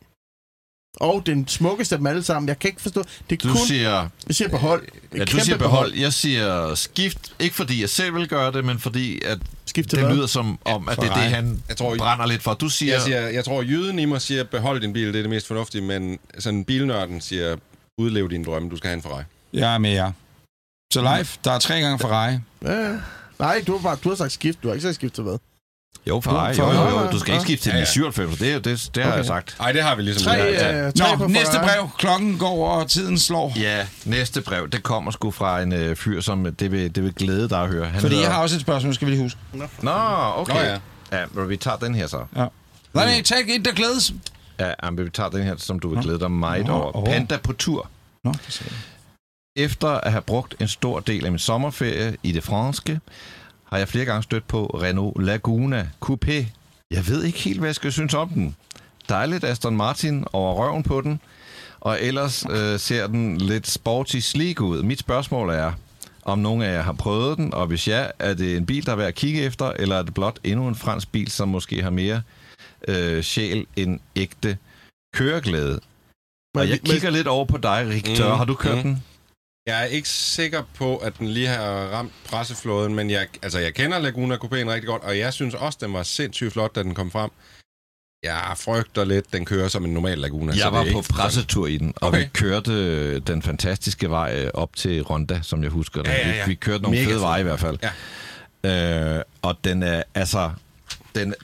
Og den smukkeste af dem alle sammen. Jeg kan ikke forstå... Det er jeg siger behold. Ja, du siger behold. Jeg siger skift. Ikke fordi jeg selv vil gøre det, men fordi at det lyder som om, at det er det, han brænder lidt for. Du siger... Jeg tror, jyden i mig siger, behold din bil. Det er det mest fornuftige, men sådan bilnørden siger, udlev din drømme. Du skal have en Ferrari. Jeg er med jer. Så live, der er 3 gange Ferrari. Ja. Nej, du har sagt skift. Du har ikke sagt skift til hvad? Jo, Ferrari. Jo. Du skal ikke skifte til den i 97, det har jeg sagt. Nej, det har vi ligesom. Nå, næste brev. Klokken går, og tiden slår. Ja, næste brev, det kommer sgu fra en fyr, som det vil glæde dig at høre. Fordi jeg har også et spørgsmål, skal vi lige huske. Nå, okay. Ja, men vi tager den her så. Ja. Nej, tag et, der glædes. Ja, men vi tager den her, som du vil glæde dig meget over. Panda på tur. Nå, det ser jeg. Efter at have brugt en stor del af min sommerferie i det franske, har jeg flere gange stødt på Renault Laguna Coupé. Jeg ved ikke helt, hvad jeg skal synes om den. Dejligt Aston Martin over røven på den, og ellers ser den lidt sporty sleek ud. Mit spørgsmål er, om nogen af jer har prøvet den, og hvis ja, er det en bil, der er værd at kigge efter, eller er det blot endnu en fransk bil, som måske har mere sjæl end ægte køreglæde? Og jeg kigger lidt over på dig, Richter. Har du kørt den? Jeg er ikke sikker på, at den lige har ramt presseflåden, men jeg kender Laguna Coupéen rigtig godt, og jeg synes også, den var sindssygt flot, da den kom frem. Jeg frygter lidt, den kører som en normal Laguna. Jeg var på pressetur i den, og vi kørte den fantastiske vej op til Ronda, som jeg husker det. Ja. Vi kørte nogle fede veje i hvert fald. Ja. Og den er den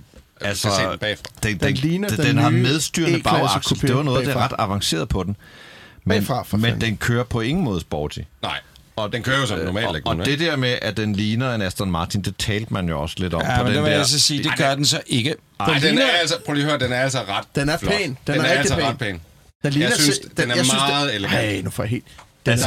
har medstyrende bagaksel. Det var noget, der er ret avanceret på den. Men den kører på ingen måde sporty. Nej, og den kører jo som en normal Laguna. Og det der med, at den ligner en Aston Martin, det talte man jo også lidt om. Ja, på men den det vil der. jeg så sige, det gør den så ikke. Nej, den er altså, prøv lige at høre, den er altså ret Den er flot. pæn. Den er altså ret pæn. Jeg synes, den er meget elegant. Nej, nu får jeg helt... Den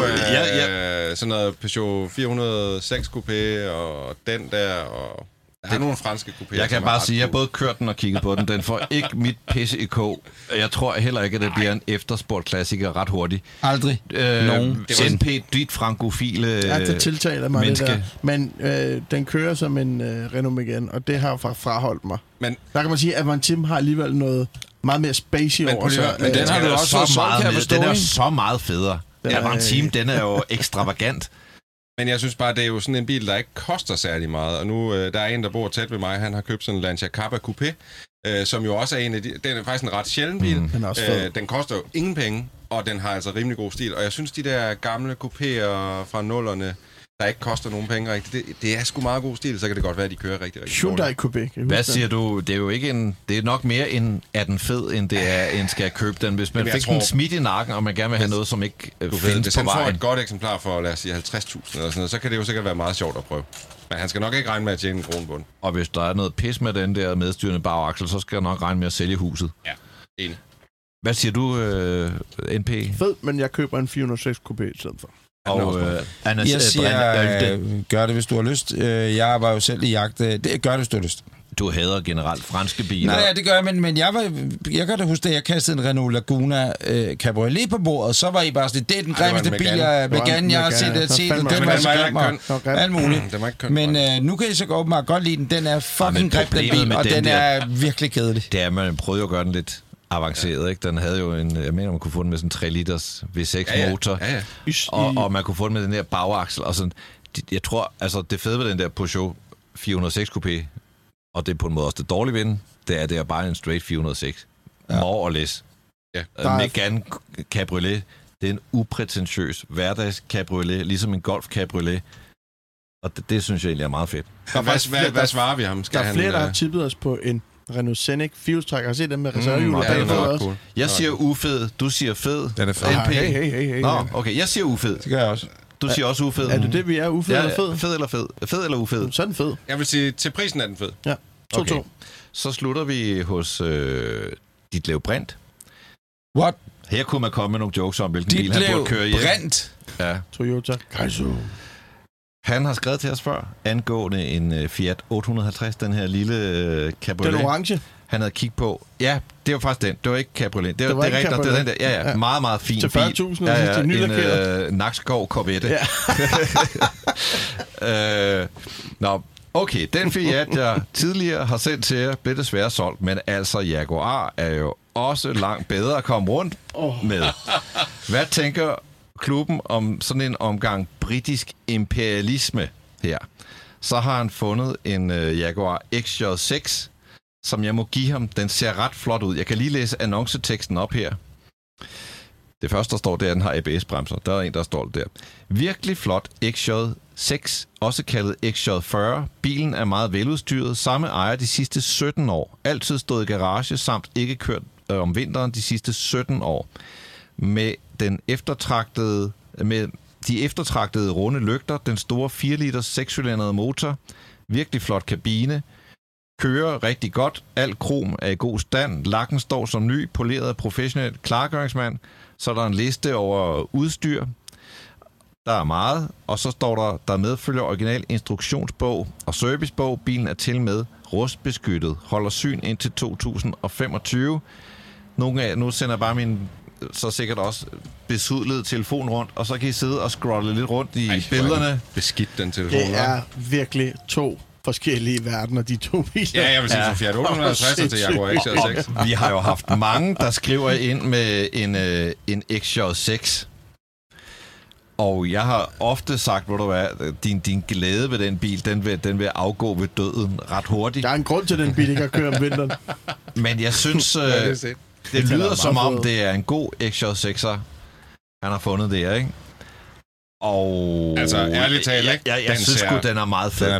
er jo sådan noget Peugeot 406 Coupé, og den der, og... Der er nogle franske coupéer. Jeg kan bare sige, at jeg både kørt den og kigget på den. Den får ikke mit pisse i kog. Jeg tror heller ikke, at det bliver en eftersportklassiker ret hurtigt. Aldrig. Nogen. NP, dit frankofile ja, det tiltaler mig menneske. Det der. Men den kører som en Renault Megane, og det har jo fraholdt mig. Men der kan man sige, at Avantim har alligevel noget meget mere spacey over sig. Men den har du også så meget med. Den er så meget federe. Avantim, den er jo ekstravagant. Men jeg synes bare, det er jo sådan en bil, der ikke koster særlig meget. Og nu, der er en, der bor tæt ved mig, han har købt sådan en Lancia Kappa Coupé, som jo også er en af de... Den er faktisk en ret sjælden bil. Den koster jo ingen penge, og den har altså rimelig god stil. Og jeg synes, de der gamle coupéer fra nullerne, der ikke koster nogen penge rigtigt, det er sgu meget god stil, så kan det godt være, at de kører rigtig Hyundai Coupé. Hvad siger du? Det er jo ikke en... Det er nok mere en er den fed, end det er en skal jeg købe den. Hvis man fik den smidt i nakken, og man gerne vil have noget, som ikke findes på vejen. Hvis han får et godt eksemplar for, lad os sige, 50.000 eller sådan noget, så kan det jo sikkert være meget sjovt at prøve. Men han skal nok ikke regne med at tjene en krone på den. Og hvis der er noget pis med den der medstyrende bagaksel, så skal jeg nok regne med at sælge huset. Ja, enig. Hvad siger du, NP? Fed, men jeg køber en 406 Coupé i stedet for. Og jeg siger, gør det, hvis du har lyst. Jeg var jo selv i jagt. Gør det, hvis du har lyst. Du hader generelt franske biler. Nej, det gør jeg, men jeg kan da huske, at jeg kastede en Renault Laguna Cabriolet på bordet, så var I bare sådan, det er den grimmeste bil, Megane, jeg har set. Den var alt muligt. Men nu kan I så godt lide den. Den er fucking grim, den bil, og den er virkelig kedelig. Det er, man prøvede jo at gøre den lidt avanceret, ikke? Den havde jo en, jeg mener, man kunne få den med sådan en 3 liters V6 motor, og man kunne få den med den der bagaksel, og sådan, jeg tror, altså det fede ved den der Peugeot 406 Coupé, og det er på en måde også det dårlige ved den, det er bare en straight 406. More or less. Ja. Megane Cabriolet, det er en uprætentiøs hverdags cabriolet, ligesom en Golf Cabriolet, og det synes jeg egentlig er meget fedt. Hvad svarer vi ham? Der er flere, der har tippet os på en Renault Scenic Fueltrack. Har set dem med reservehjul? Cool. Jeg siger ufed, du siger fed. Den er fed. Hey. Nå, okay, jeg siger ufed. Det gør jeg også. Du siger også ufed. Er det vi er? Ufed eller fed? Fed eller fed? Fed eller ufed? Så er den fed. Jeg vil sige, til prisen er den fed. Ja, 2-2. Okay. Så slutter vi hos Ditlev Brandt. What? Her kunne man komme med nogle jokes om, hvilken bil han burde køre hjem. Brandt? Ja. Toyota Gaizo. Han har skrevet til os før, angående en Fiat 850, den her lille cabriolet. Den orange. Han havde kigget på. Ja, det var faktisk den. Det var ikke cabriolet. Det var rigtigt. Det var den der. Ja. Meget, meget fin bil. Til 40.000. Ja, en Nakskov Corvette. Ja. Nå, okay. Den Fiat, jeg tidligere har sendt til jer, blev desværre solgt. Men altså, Jaguar er jo også langt bedre at komme rundt med. Hvad tænker klubben om sådan en omgang britisk imperialisme her? Så har han fundet en Jaguar XJ6, som jeg må give ham. Den ser ret flot ud. Jeg kan lige læse annonceteksten op her. Det første, der står, det er, at den har ABS-bremser. Der er en, der står der. Virkelig flot XJ6, også kaldet XJ40. Bilen er meget veludstyret. Samme ejer de sidste 17 år. Altid stået i garage, samt ikke kørt om vinteren de sidste 17 år. Med de eftertragtede runde lygter, den store 4 liters 6-cylindrede motor, virkelig flot kabine, kører rigtig godt, alt krom er i god stand, lakken står som ny, poleret professionel klargøringsmand, så er der en liste over udstyr, der er meget, og så står der medfølger original instruktionsbog og servicebog, bilen er til med rustbeskyttet, holder syn indtil 2025. Nu sender jeg bare min så sikkert også besudlede telefon rundt, og så kan I sidde og scrolle lidt rundt i billederne. Beskidt den telefon. Det er virkelig 2 forskellige verdener, de 2 biler. Ja, jeg vil sige, Fiat 850 til Jaguar XJ6. Vi har jo haft mange, der skriver ind med en XJ6. Og jeg har ofte sagt, hvor du er, din glæde ved den bil, den vil afgå ved døden ret hurtigt. Der er en grund til, den bil ikke har kørt om vinteren. Men jeg synes, det lyder som om, det er en god XJ6'er, han har fundet der, ikke? Og altså, ærligt talt, ikke? Jeg synes sgu, den er meget fed.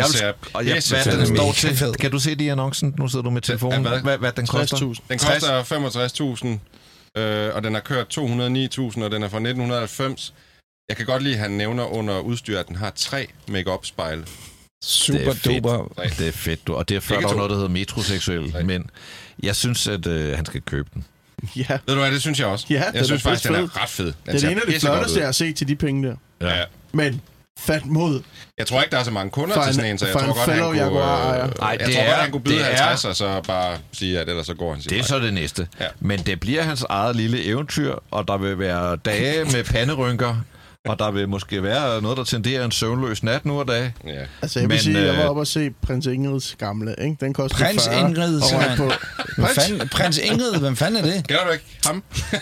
Den står til. Kan du se det i annoncen? Nu sidder du med telefonen. Hvad den koster? 60.000. Den koster 65.000, og den har kørt 209.000, og den er fra 1990. Jeg kan godt lide, at han nævner under udstyr, at den har 3 make-up-spejle. Super duper. Det er fedt, du. Og det er før, der var noget, der hedder metroseksuel. Men jeg synes, at han skal købe den. Ja. Ved du hvad, det synes jeg også. Ja, jeg synes faktisk, den er ret fed. Det er en af de flotteste, jeg har set til de penge der. Ja. Men fat mod. Jeg tror ikke, der er så mange kunder til sådan en, så jeg tror godt, han kunne byde 50, og så bare sige, at ellers så går han sin vej. Det er så det næste. Ja. Men det bliver hans eget lille eventyr, og der vil være dage med panderynker, og der vil måske være noget, der tenderer en søvnløs nat nu og dag. Ja. Altså, jeg vil sige, jeg var oppe og se Prins Ingrids gamle, ikke? Den koster Prins 40. Ingrid, Prins Ingrid, hvem fanden er det? Kender du ikke ham?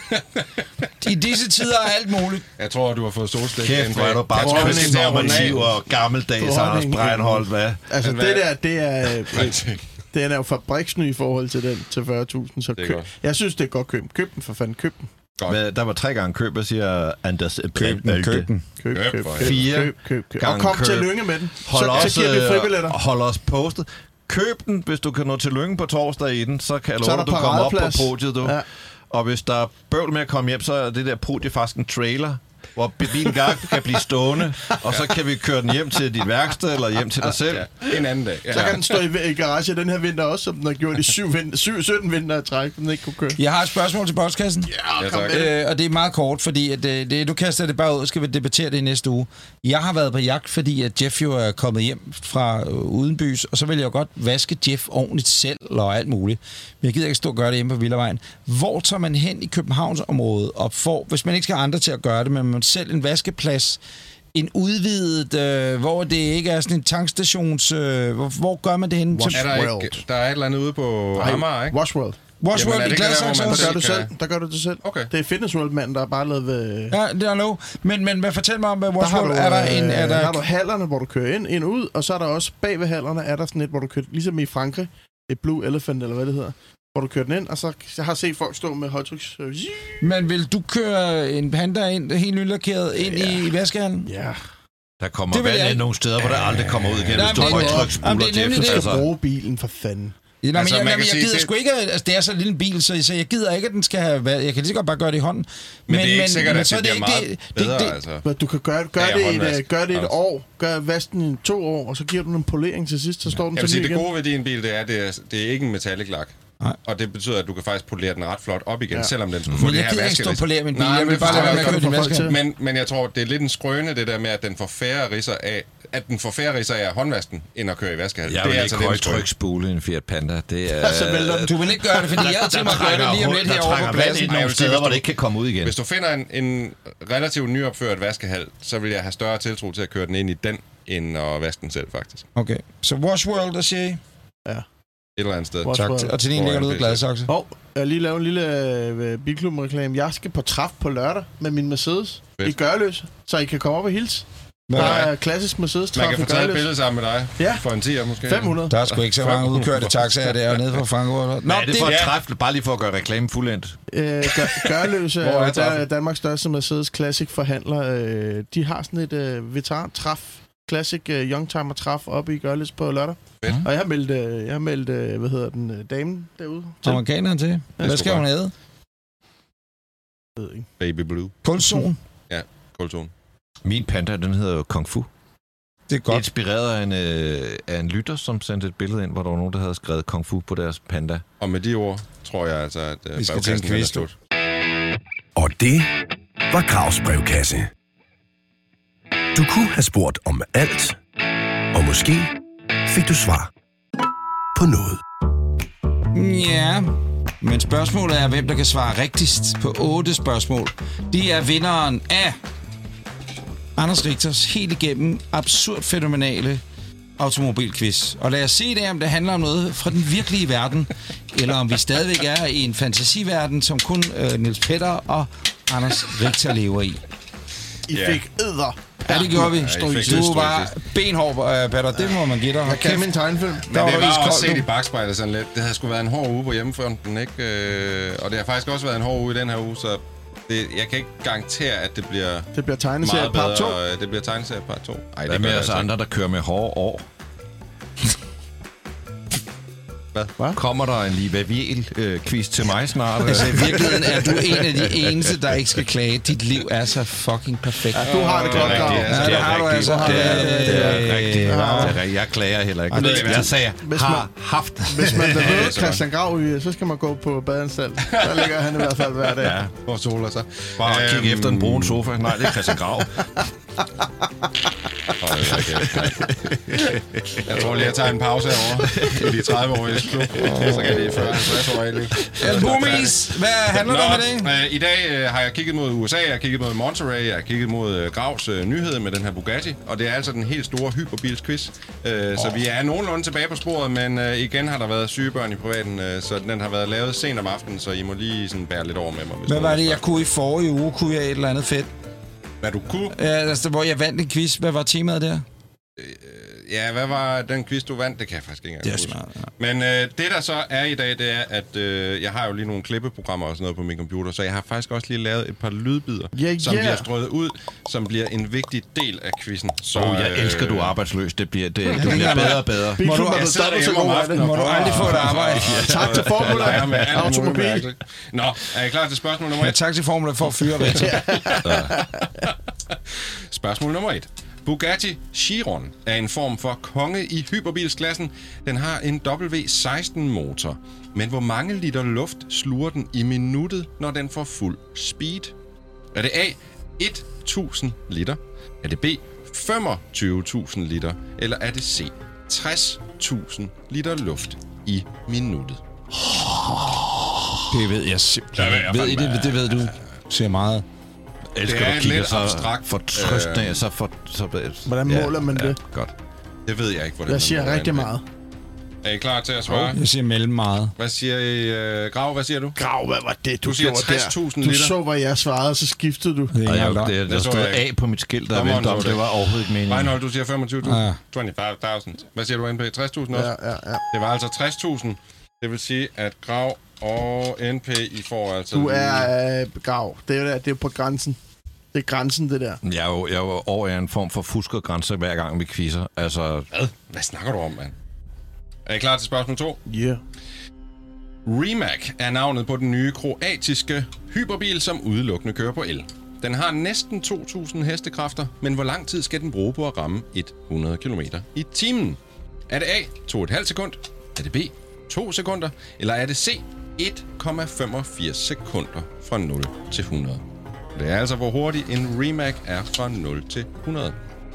I disse tider er alt muligt. Jeg tror, du har fået solstik. Kæft, hvor er du bare konservativ og gammeldags Anders Breinholt, hvad? Altså, det er... Den er jo fabriksny i forhold til den til 40.000, så jeg synes, det er godt køb. Køb den for fanden, køb den. Der var 3 gange køb, jeg siger Anders køb den. 4 og kom til Lynge med den. Så giver vi fribilletter. Hold os postet. Køb den, hvis du kan nå til Lynge på torsdag i den, så kan jeg love, at du kommer op på podiet, du. Ja. Og hvis der er bøvl med at komme hjem, så er det der podie faktisk en trailer, hvor bilen kan blive stående, og så kan vi køre den hjem til dit værksted, eller hjem til dig selv. Ja, en anden dag. Ja. Så kan den stå i garage den her vinter også, som den har gjort i 17 vinter at trække, den ikke kunne køre. Jeg har et spørgsmål til postkassen. Ja, kom med. Og det er meget kort, fordi at, du kaster det bare ud, skal vi debattere det i næste uge. Jeg har været på jagt, fordi at Jeff jo er kommet hjem fra udenbys, og så vil jeg jo godt vaske Jeff ordentligt selv, og alt muligt. Men jeg gider ikke stå og gøre det hjemme på Villavejen. Hvor tager man hen i Københavnsområdet og får, hvis man ikke skal have andre til at gøre det, men man selv en vaskeplads, en udvidet, hvor det ikke er sådan en tankstations... hvor gør man det henne? Der er et eller andet ude på Amager, ikke? Washworld. Washworld i Gladsaxe også? Der gør du det selv. Okay. Det er Fitness World-manden, der er bare lavet ved... Ja, det er lov. Men hvad fortæl mig om, hvad Washworld er der? Der har du hallerne, hvor du kører ind ud, og så er der også bag ved hallerne, er der sådan et, hvor du kører, ligesom i Frankrig, et Blue Elephant, eller hvad det hedder, hvor du kører den ind, og så jeg har set folk stå med højtryks... Men vil du køre en Panda ind, helt nylakeret, ind i vaskehallen? Ja. Der kommer vand ind nogle steder, hvor der aldrig kommer ud igen, hvis du højtrykspuler til. Du skal bruge bilen for fanden. Ja, altså, jeg gider sgu ikke, altså det er så en lille bil, så jeg gider ikke, at den skal have været. Jeg kan lige så godt bare gøre det i hånden. Men det er ikke sikkert, at det bliver meget bedre, altså. Du kan gøre det et år, gør vasken i 2 år, og så giver du en polering til sidst, så står den til ny igen. Det gode ved din bil, det er ikke en metallic lak. Nej. Og det betyder, at du kan faktisk polere den ret flot op igen, selvom den skulle få det her vaskeris. Men jeg gider ikke stå polere min bil, jeg vil bare lade være med at køre din vaske. Men jeg tror, det er lidt en skrøne, det der med, at den får færre ridser af håndvasken, end at køre i vaskehal. Jeg vil ikke højtryksspule en Fiat Panda. Det er... Du vil ikke gøre det, fordi jeg har tænkt mig at gøre det lige om lidt herovre på pladsen. Der nogle steder, hvor det ikke kan komme ud igen. Hvis du finder en relativt nyopført vaskehal, så vil jeg have større tiltro til at køre den ind i den, end at vaske den selv, faktisk. Okay, så Washworld, der siger I? Ja. Et eller andet sted. Tak. Og til din ligger du ud af Gladsaxe. Jeg har lige lavet en lille bilklubreklame. Jeg skal på træf på lørdag med min Mercedes i Gørløse, så I kan komme op og hilse. Der er klassisk Mercedes-træf. Man kan få taget et billede sammen med dig. Ja. For en 10'er måske. 500. Der er sgu ikke så mange udkørte taxaer der nede fra Frankfurt. Hvad er det for et træf? Bare lige for at gøre reklame fuldendt. Gørløse er Danmarks største Mercedes Classic forhandler. De har sådan et veteran-træf. Classic Youngtimer-træf oppe i Gørløse på lørdag. Og jeg har meldt damen derude. Amerikaneren til. Hvad skal hun æde? Baby Blue. Kulzon. Ja, Kulzon. Min panda, den hedder Kung Fu. Det er godt. Inspireret af en lytter, som sendte et billede ind, hvor der var nogen, der havde skrevet Kung Fu på deres panda. Og med de ord, tror jeg altså, at vi skal til en quiz. Og det var Gravs brevkasse. Du kunne have spurgt om alt, og måske fik du svar på noget. Ja, men spørgsmålet er, hvem der kan svare rigtigst på 8 spørgsmål. De er vinderen af Anders Richters helt igennem absurd fænomenale automobilquiz. Og lad os se det, om det handler om noget fra den virkelige verden, eller om vi stadigvæk er i en fantasiverden, som kun Niels Petter og Anders Richter lever i. I fik æder. Ja, det gjorde vi. Du var benhård, Petter. Det må man give dig. Jeg kan min tegnefilm. Men det var også set i bagspejlet sådan lidt. Det havde sgu været en hård uge på hjemmefronten, ikke? Og det har faktisk også været en hård uge i den her uge, så jeg kan ikke garantere, at det bliver tegneserie part 2. Det bliver tegneserie part 2. Ej, det er med os andre, der kører med hårde år. Hvad? Kommer der en Livaviel-quiz til mig snart? Altså, i virkeligheden er du en af de eneste, der ikke skal klage. Dit liv er så fucking perfekt. Ja, du har det godt, Grav. Ja, det har du altså. Det er rigtigt. Jeg klager heller ikke. Jeg sagde, har haft. Hvis man vil møde Christian Grav, så skal man gå på badeanstalt. Der ligger han i hvert fald hver dag. Ja, og soler sig. Bare kigge efter en brun sofa. Nej, det er Christian Grav. Jeg tror lige, jeg tager en pause herovre i de 30-årige klub. Så kan det 40-50-årige liv. Boomies, hvad handler det om i dag? I dag har jeg kigget mod USA, jeg har kigget mod Monterey, jeg har kigget mod Gravs nyhed med den her Bugatti. Og det er altså den helt store hyperbilsquiz. Så vi er nogenlunde tilbage på sporet, men igen har der været syge børn i privaten, så den har været lavet sent om aftenen, så I må lige sådan bære lidt over med mig. Hvad var det, jeg kunne i forrige uge? Kunne jeg et eller andet fedt? Hvad du kunne? Ja, altså, hvor jeg vandt en quiz. Hvad var temaet der? Ja, hvad var den quiz, du vandt? Det kan jeg faktisk ikke engang huske. Smart, ja. Men det, der så er i dag, det er, at jeg har jo lige nogle klippeprogrammer og sådan noget på min computer, så jeg har faktisk også lige lavet et par lydbider, som bliver strøget ud, som bliver en vigtig del af quizzen. Så, jeg elsker, du er arbejdsløs. Det bliver bedre og bedre. Må du aldrig få et arbejde. Tak til Formula Automobil. Nå, er I klar til spørgsmål nummer 1? Ja, tak til Formula for at fyre Richter. Spørgsmål nummer 1. Bugatti Chiron er en form for konge i hyperbilsklassen. Den har en W16-motor. Men hvor mange liter luft sluger den i minuttet, når den får fuld speed? Er det A, 1.000 liter? Er det B, 25.000 liter? Eller er det C, 60.000 liter luft i minuttet? Det ved jeg simpelthen. Det ved du. Ser meget. Det er lidt abstrakt. Fortrøstende, hvordan måler man det? Godt. Det ved jeg ikke, hvordan jeg siger rigtig meget. Er I klar til at svare? Jeg siger mellem meget. Hvad siger I, Grav? Hvad siger du? Grav, hvad var det, du siger 60.000 liter. Du så, hvad jeg svarede, og så skiftede du. Der stod A på mit skilt, der vendte om. Det var overhovedet ikke meningen. Reinhold, du siger 25.000. 25.000. Hvad siger du, NP? 60.000 også? Ja. Det var altså 60.000. Det vil sige, at Grav og NP, I får altså... Du er Grav. Det er på grænsen. Det er grænsen, det der. Jeg er jo over en form for fuskergrænse, hver gang vi quizzer. Altså... Hvad snakker du om, mand? Er I klar til spørgsmål 2? Ja. Yeah. Rimac er navnet på den nye kroatiske hyperbil, som udelukkende kører på el. Den har næsten 2.000 hestekræfter, men hvor lang tid skal den bruge på at ramme 100 km i timen? Er det A, 2,5 sekund? Er det B, 2 sekunder? Eller er det C, 1,85 sekunder fra 0 til 100? Det er altså, hvor hurtig en Rimac er fra 0 til 100.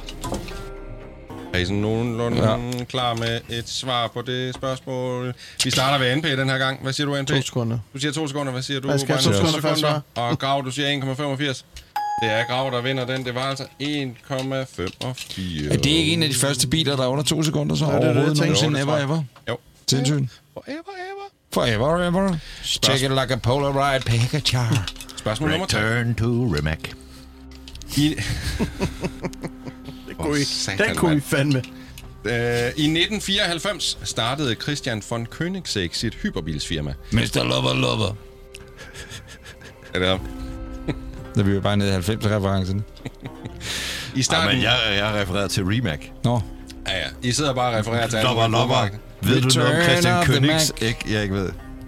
Er I sådan nogenlunde klar med et svar på det spørgsmål? Vi starter ved NP den her gang. Hvad siger du, NP? 2 sekunder. Du siger 2 sekunder. Hvad siger du? Jeg skal 2 sekunder. Og Grav, du siger 1,85. Det er Grav, der vinder den. Det var altså 1,85. Er det ikke en af de første biler, der er under 2 sekunder, så overhovedet nogensinde ever? Jo. Sindssygt. Forever. Check it like a Polaroid picture. Spørgsmål nummer 3. Return to Rimac. Den kunne vi fandme. I 1994 startede Christian von Koenigsegg sit hyperbilsfirma. Mr. Lover. Er det ham? Der bliver bare nede i 90'er-referencen. I starten... men jeg refererer til Rimac. Nå. Ja. I sidder bare og refererer til... Lover. Ved du noget om Christian Koenigsegg? Jeg ikke ved.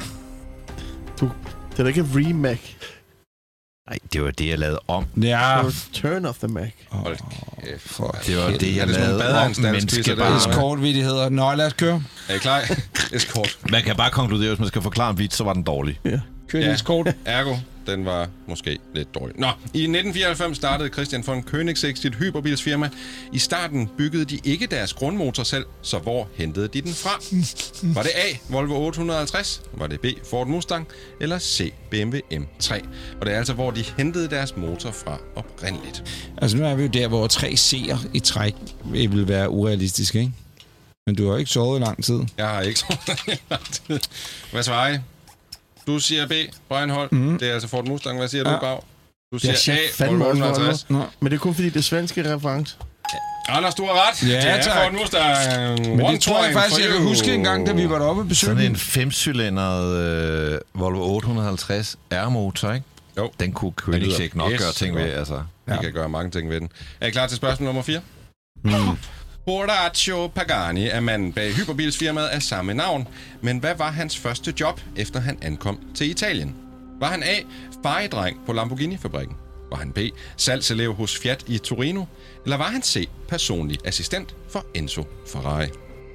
Det er da ikke Rimac. Nej, det var det, jeg lavede om. Ja. Turn of the Mac. Hold kæft. Det var det, jeg lavede om. Men skal bare... Escortvidigheder. Nå, lad os køre. Er I klar? Escort. Man kan bare konkludere, hvis man skal forklare en vits, så var den dårlig. Ja. Kør en escort. Ergo, den var måske lidt dårlig. Nå, i 1994 startede Christian von Koenigsegg sit hyperbilsfirma. I starten byggede de ikke deres grundmotor selv, så hvor hentede de den fra? Var det A, Volvo 850? Var det B, Ford Mustang? Eller C, BMW M3? Og det er altså, hvor de hentede deres motor fra oprindeligt. Altså, nu er vi jo der, hvor 3 C'er i træk vil være urealistisk, ikke? Men du har ikke sovet i lang tid. Jeg har ikke sovet i lang tid. Hvad svarer I? Du siger B, Breinholt. Det er altså Ford Mustang. Hvad siger du, Gav? Du siger A, Volvo 850. Men det er kun fordi, det er svenske reference. Anders, du har ret. Ja, det er tak. Ford Mustang. Men det tror jeg faktisk, jeg kan huske en gang, da vi var deroppe og besøgte. Sådan en 5-cylindret Volvo 850 R-motor, ikke? Jo. Den kunne Koenigsegg nok gøre ting ved, altså. Vi kan gøre mange ting ved den. Er I klar til spørgsmål nummer 4? Horacio Pagani er manden bag hyperbilsfirmaet af samme navn. Men hvad var hans første job, efter han ankom til Italien? Var han A, fejedreng på Lamborghini-fabrikken? Var han B, salgselev hos Fiat i Torino? Eller var han C, personlig assistent for Enzo Ferrari?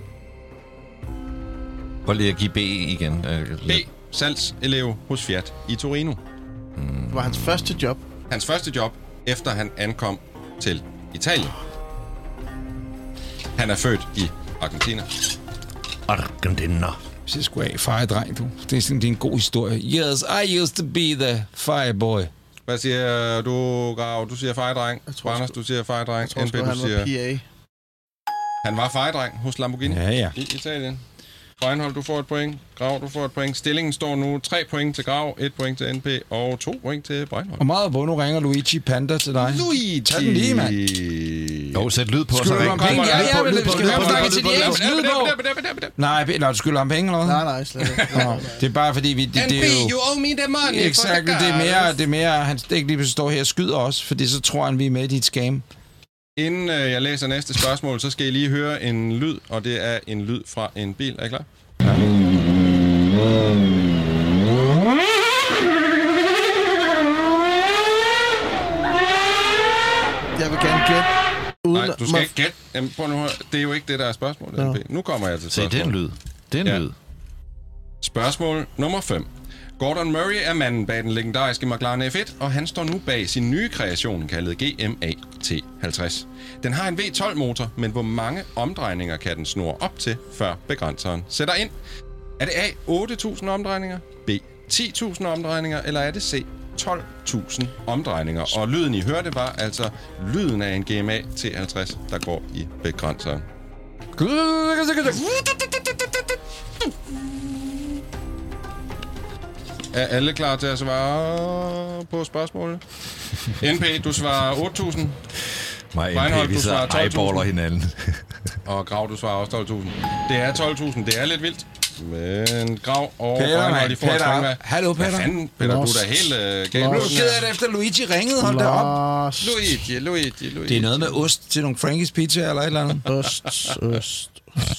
Prøv lige at give B igen. B, salgselev hos Fiat i Torino. Det var hans første job. Hans første job, efter han ankom til Italien. Han er født i Argentina. Argentina. Hvis jeg skulle af fejedreng, du. Det er sådan, det er en god historie. Yes, I used to be the fireboy. Hvad siger du, Grav? Du siger fejedreng. Anders, du siger fejedreng. Jeg tror, han var PA. Han var fejedreng hos Lamborghini i Italien. Breinholt, du får et point. Grav, du får et point. Stillingen står nu 3 point til Grav, 1 point til NP og 2 point til Breinholt. Og meget på, nu ringer Luigi Panda til dig. Luigi! Tag den lige, mand. Jo, sæt lyd på. Skylder du ham penge? Ja, men vi skal have snakket italiensk lyd på. Nej, du skylder ham penge, eller hvad? Nej, slet ikke. Det er bare fordi, vi... Det er NP, jo... you owe me the money. Exakt, det er mere, han ikke lige står her og skyder os, fordi så tror han, vi er med i dit scam. Inden jeg læser næste spørgsmål, så skal I lige høre en lyd, og det er en lyd fra en bil. Er I klar? Ja. Jeg vil gerne gætte. Nej, du skal ikke gætte. Jamen, prøv nu, det er jo ikke det, der er spørgsmålet. Ja. Nu kommer jeg til spørgsmålet. Se, det er en lyd. Det er en lyd. Spørgsmål nummer 5. Gordon Murray er manden bag den legendariske McLaren F1, og han står nu bag sin nye kreation, kaldet GMA T50. Den har en V12-motor, men hvor mange omdrejninger kan den snurre op til, før begrænseren sætter ind? Er det A, 8.000 omdrejninger, B, 10.000 omdrejninger, eller er det C, 12.000 omdrejninger? Og lyden, I hørte, var altså lyden af en GMA T50, der går i begrænseren. Er alle klar til at svare på spørgsmålet? NP, du svarer 8.000. Mig vi sidder og eyeballer hinanden. Og Grav, du svarer også 12.000. Det er 12.000. Det er lidt vildt. Men Grav og Peter, de får et point med. Hallo, Peter. Hvad fanden, Peter? Du er da helt galt. Nu er du ked af det, efter Luigi ringede. Hold da op. Luigi. Det er noget med ost til nogle Frankie's Pizza eller et eller andet. Ost.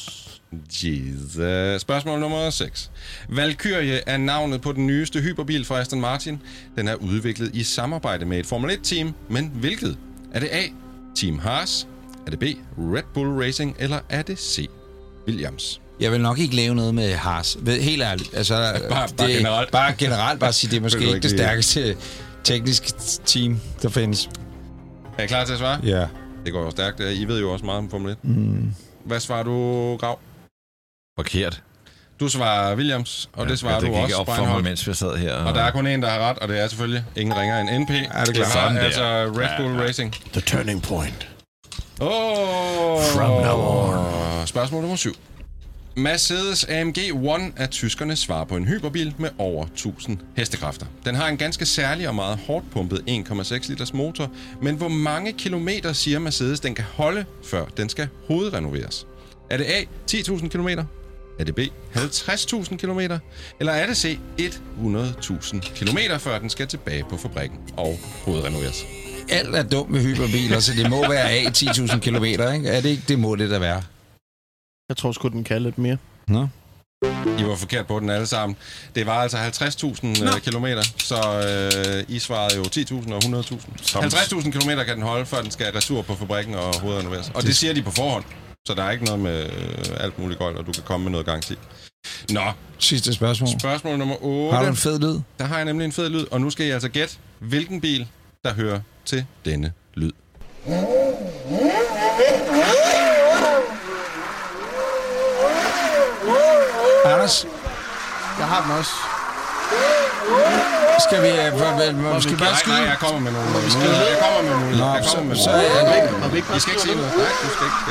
Jesus. Spørgsmål nummer 6. Valkyrie er navnet på den nyeste hyperbil fra Aston Martin. Den er udviklet i samarbejde med et Formel 1-team, men hvilket? Er det A, Team Haas? Er det B, Red Bull Racing? Eller er det C, Williams? Jeg vil nok ikke lave noget med Haas. Helt ærligt. Altså, bare generelt. Bare generelt. Bare sige, det er måske ikke det stærkeste tekniske team, der findes. Er I klar til at svare? Ja. Det går jo stærkt. I ved jo også meget om Formel 1. Hvad svarer du, Grav? Forkert. Du svarer Williams, og det svarer du også, op for mig, mens vi sad her. Og der er kun en, der har ret, og det er selvfølgelig ingen ringer end NP. Ja, det har altså Red Bull Racing. The turning point. From now on. Spørgsmål nummer 7. Mercedes AMG One er tyskernes svar på en hyperbil med over 1000 hestekræfter. Den har en ganske særlig og meget hårdt pumpet 1,6 liters motor, men hvor mange kilometer siger Mercedes, den kan holde, før den skal hovedrenoveres? Er det A, 10.000 kilometer? Er det B, 50.000 kilometer? Eller er det C, 100.000 kilometer, før den skal tilbage på fabrikken og hovedrenoveres? Alt er dumt med hyperbiler, så det må være A, 10.000 kilometer, ikke? Er det ikke? Det må det da være. Jeg tror sgu, den kan lidt mere. Nå. I var forkert på den alle sammen. Det var altså 50.000 kilometer, så I svarede jo 10.000 og 100.000. 50.000 kilometer kan den holde, før den skal retur på fabrikken og hovedrenoveres. Og det siger de på forhånd, så der er ikke noget med alt muligt godt, og du kan komme med noget garanti. Nå. Sidste spørgsmål. Spørgsmål nummer 8. Har du en fed lyd? Der har jeg nemlig en fed lyd, og nu skal I altså gætte, hvilken bil, der hører til denne lyd. Anders? Jeg har den også. Skal vi bare skyde? Nej, jeg kommer med nogle muligheder. Jeg kommer med nogle muligheder. I skal ikke sige noget. Nej, du skal ikke...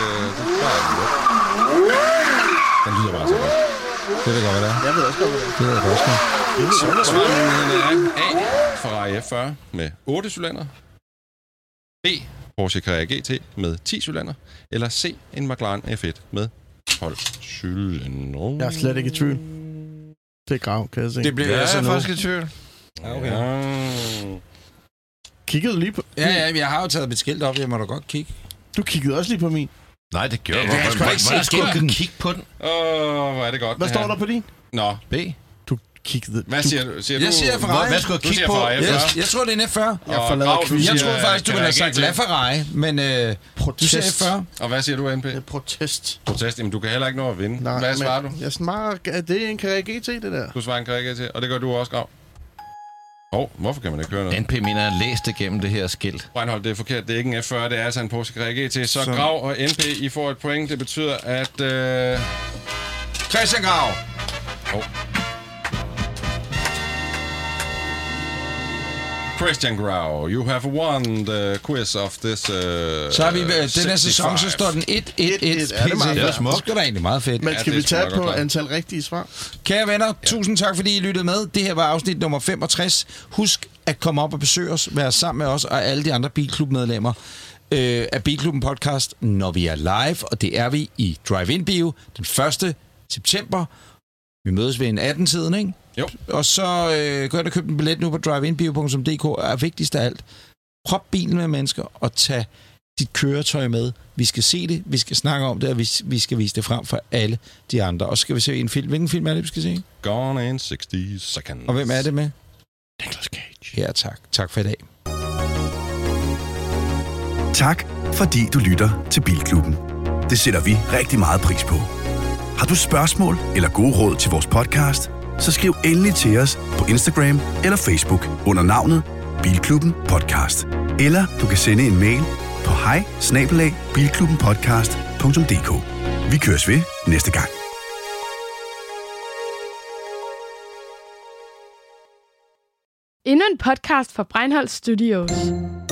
Den lyder bare så godt. Det ved jeg godt, hvad det er. Jeg ved også godt, hvad det er. Det ved jeg også godt. Svarmulighederne er A. Ferrari F40 med 8 cylinder. B. Porsche Carrera GT med 10 cylinder. Eller C. En McLaren F1 med 12 cylinder. Jeg er slet ikke i tvivl. Det er grav, kan jeg se. Det bliver jeg altså er noget. faktisk i tvivl. Okay. Kiggede du lige på... Ja, jeg har jo taget mit skilt op. Jeg må da godt kigge. Du kiggede også lige på min. Nej, det gjorde Ja, jeg skulle ikke se skilten. Kig på den. Hvor er det godt. Hvad står der på din? Nå. B. Du kiggede... Hvad siger du? Jeg siger Ferrari. Hvad skulle jeg kigge på? Jeg tror, det er en F40. Jeg forlader quizzen. Jeg troede faktisk, du ville have sagt LaFerrari, men du siger F40. Og hvad siger du, NP? Det er protest. Protest. Jamen, du kan heller ikke nå at vinde. Nej, Hvad svarer du? Jeg svarer... Det er en Carrera GT, det der. Du svarer en Carrera GT, og det gør du også, Grav. Hvorfor kan man ikke høre noget? NP mener, at jeg læste igennem det her skilt. Reinhold, det er forkert. Det er ikke en F40, det er altså en Porsche Carrera GT. Så Grav og NP, I får et point. Det betyder, at... Christian Grav. Christian Grau, you have won the quiz of this... Så har vi den her sæson, så står den 1-1-1. Det er det meget Det er smukt. sgu da egentlig meget fedt. Men skal vi det er tage sgu på nok klart. antal rigtige svar? Kære venner, tusind tak, fordi I lyttede med. Det her var afsnit nummer 65. Husk at komme op og besøge os, være sammen med os og alle de andre Bilklub-medlemmer af Bilklubben podcast, når vi er live, og det er vi i Drive-In Bio den 1. september. Vi mødes ved en 18-tiden, ikke? Jo. Og så gå ind og købe en billet nu på driveinbio.dk, er vigtigst af alt. Prop bilen med mennesker og tag dit køretøj med. Vi skal se det, vi skal snakke om det, og vi skal vise det frem for alle de andre. Og så skal vi se en film. Hvilken film er det, vi skal se? Gone in 60 seconds. Og hvem er det med? Nicolas Cage. Ja, tak. Tak for i dag. Tak, fordi du lytter til Bilklubben. Det sætter vi rigtig meget pris på. Har du spørgsmål eller gode råd til vores podcast, så skriv endelig til os på Instagram eller Facebook under navnet Bilklubben Podcast. Eller du kan sende en mail på hej@bilklubbenpodcast.dk. Vi køres ved næste gang. Endnu en podcast fra Breinholt Studios.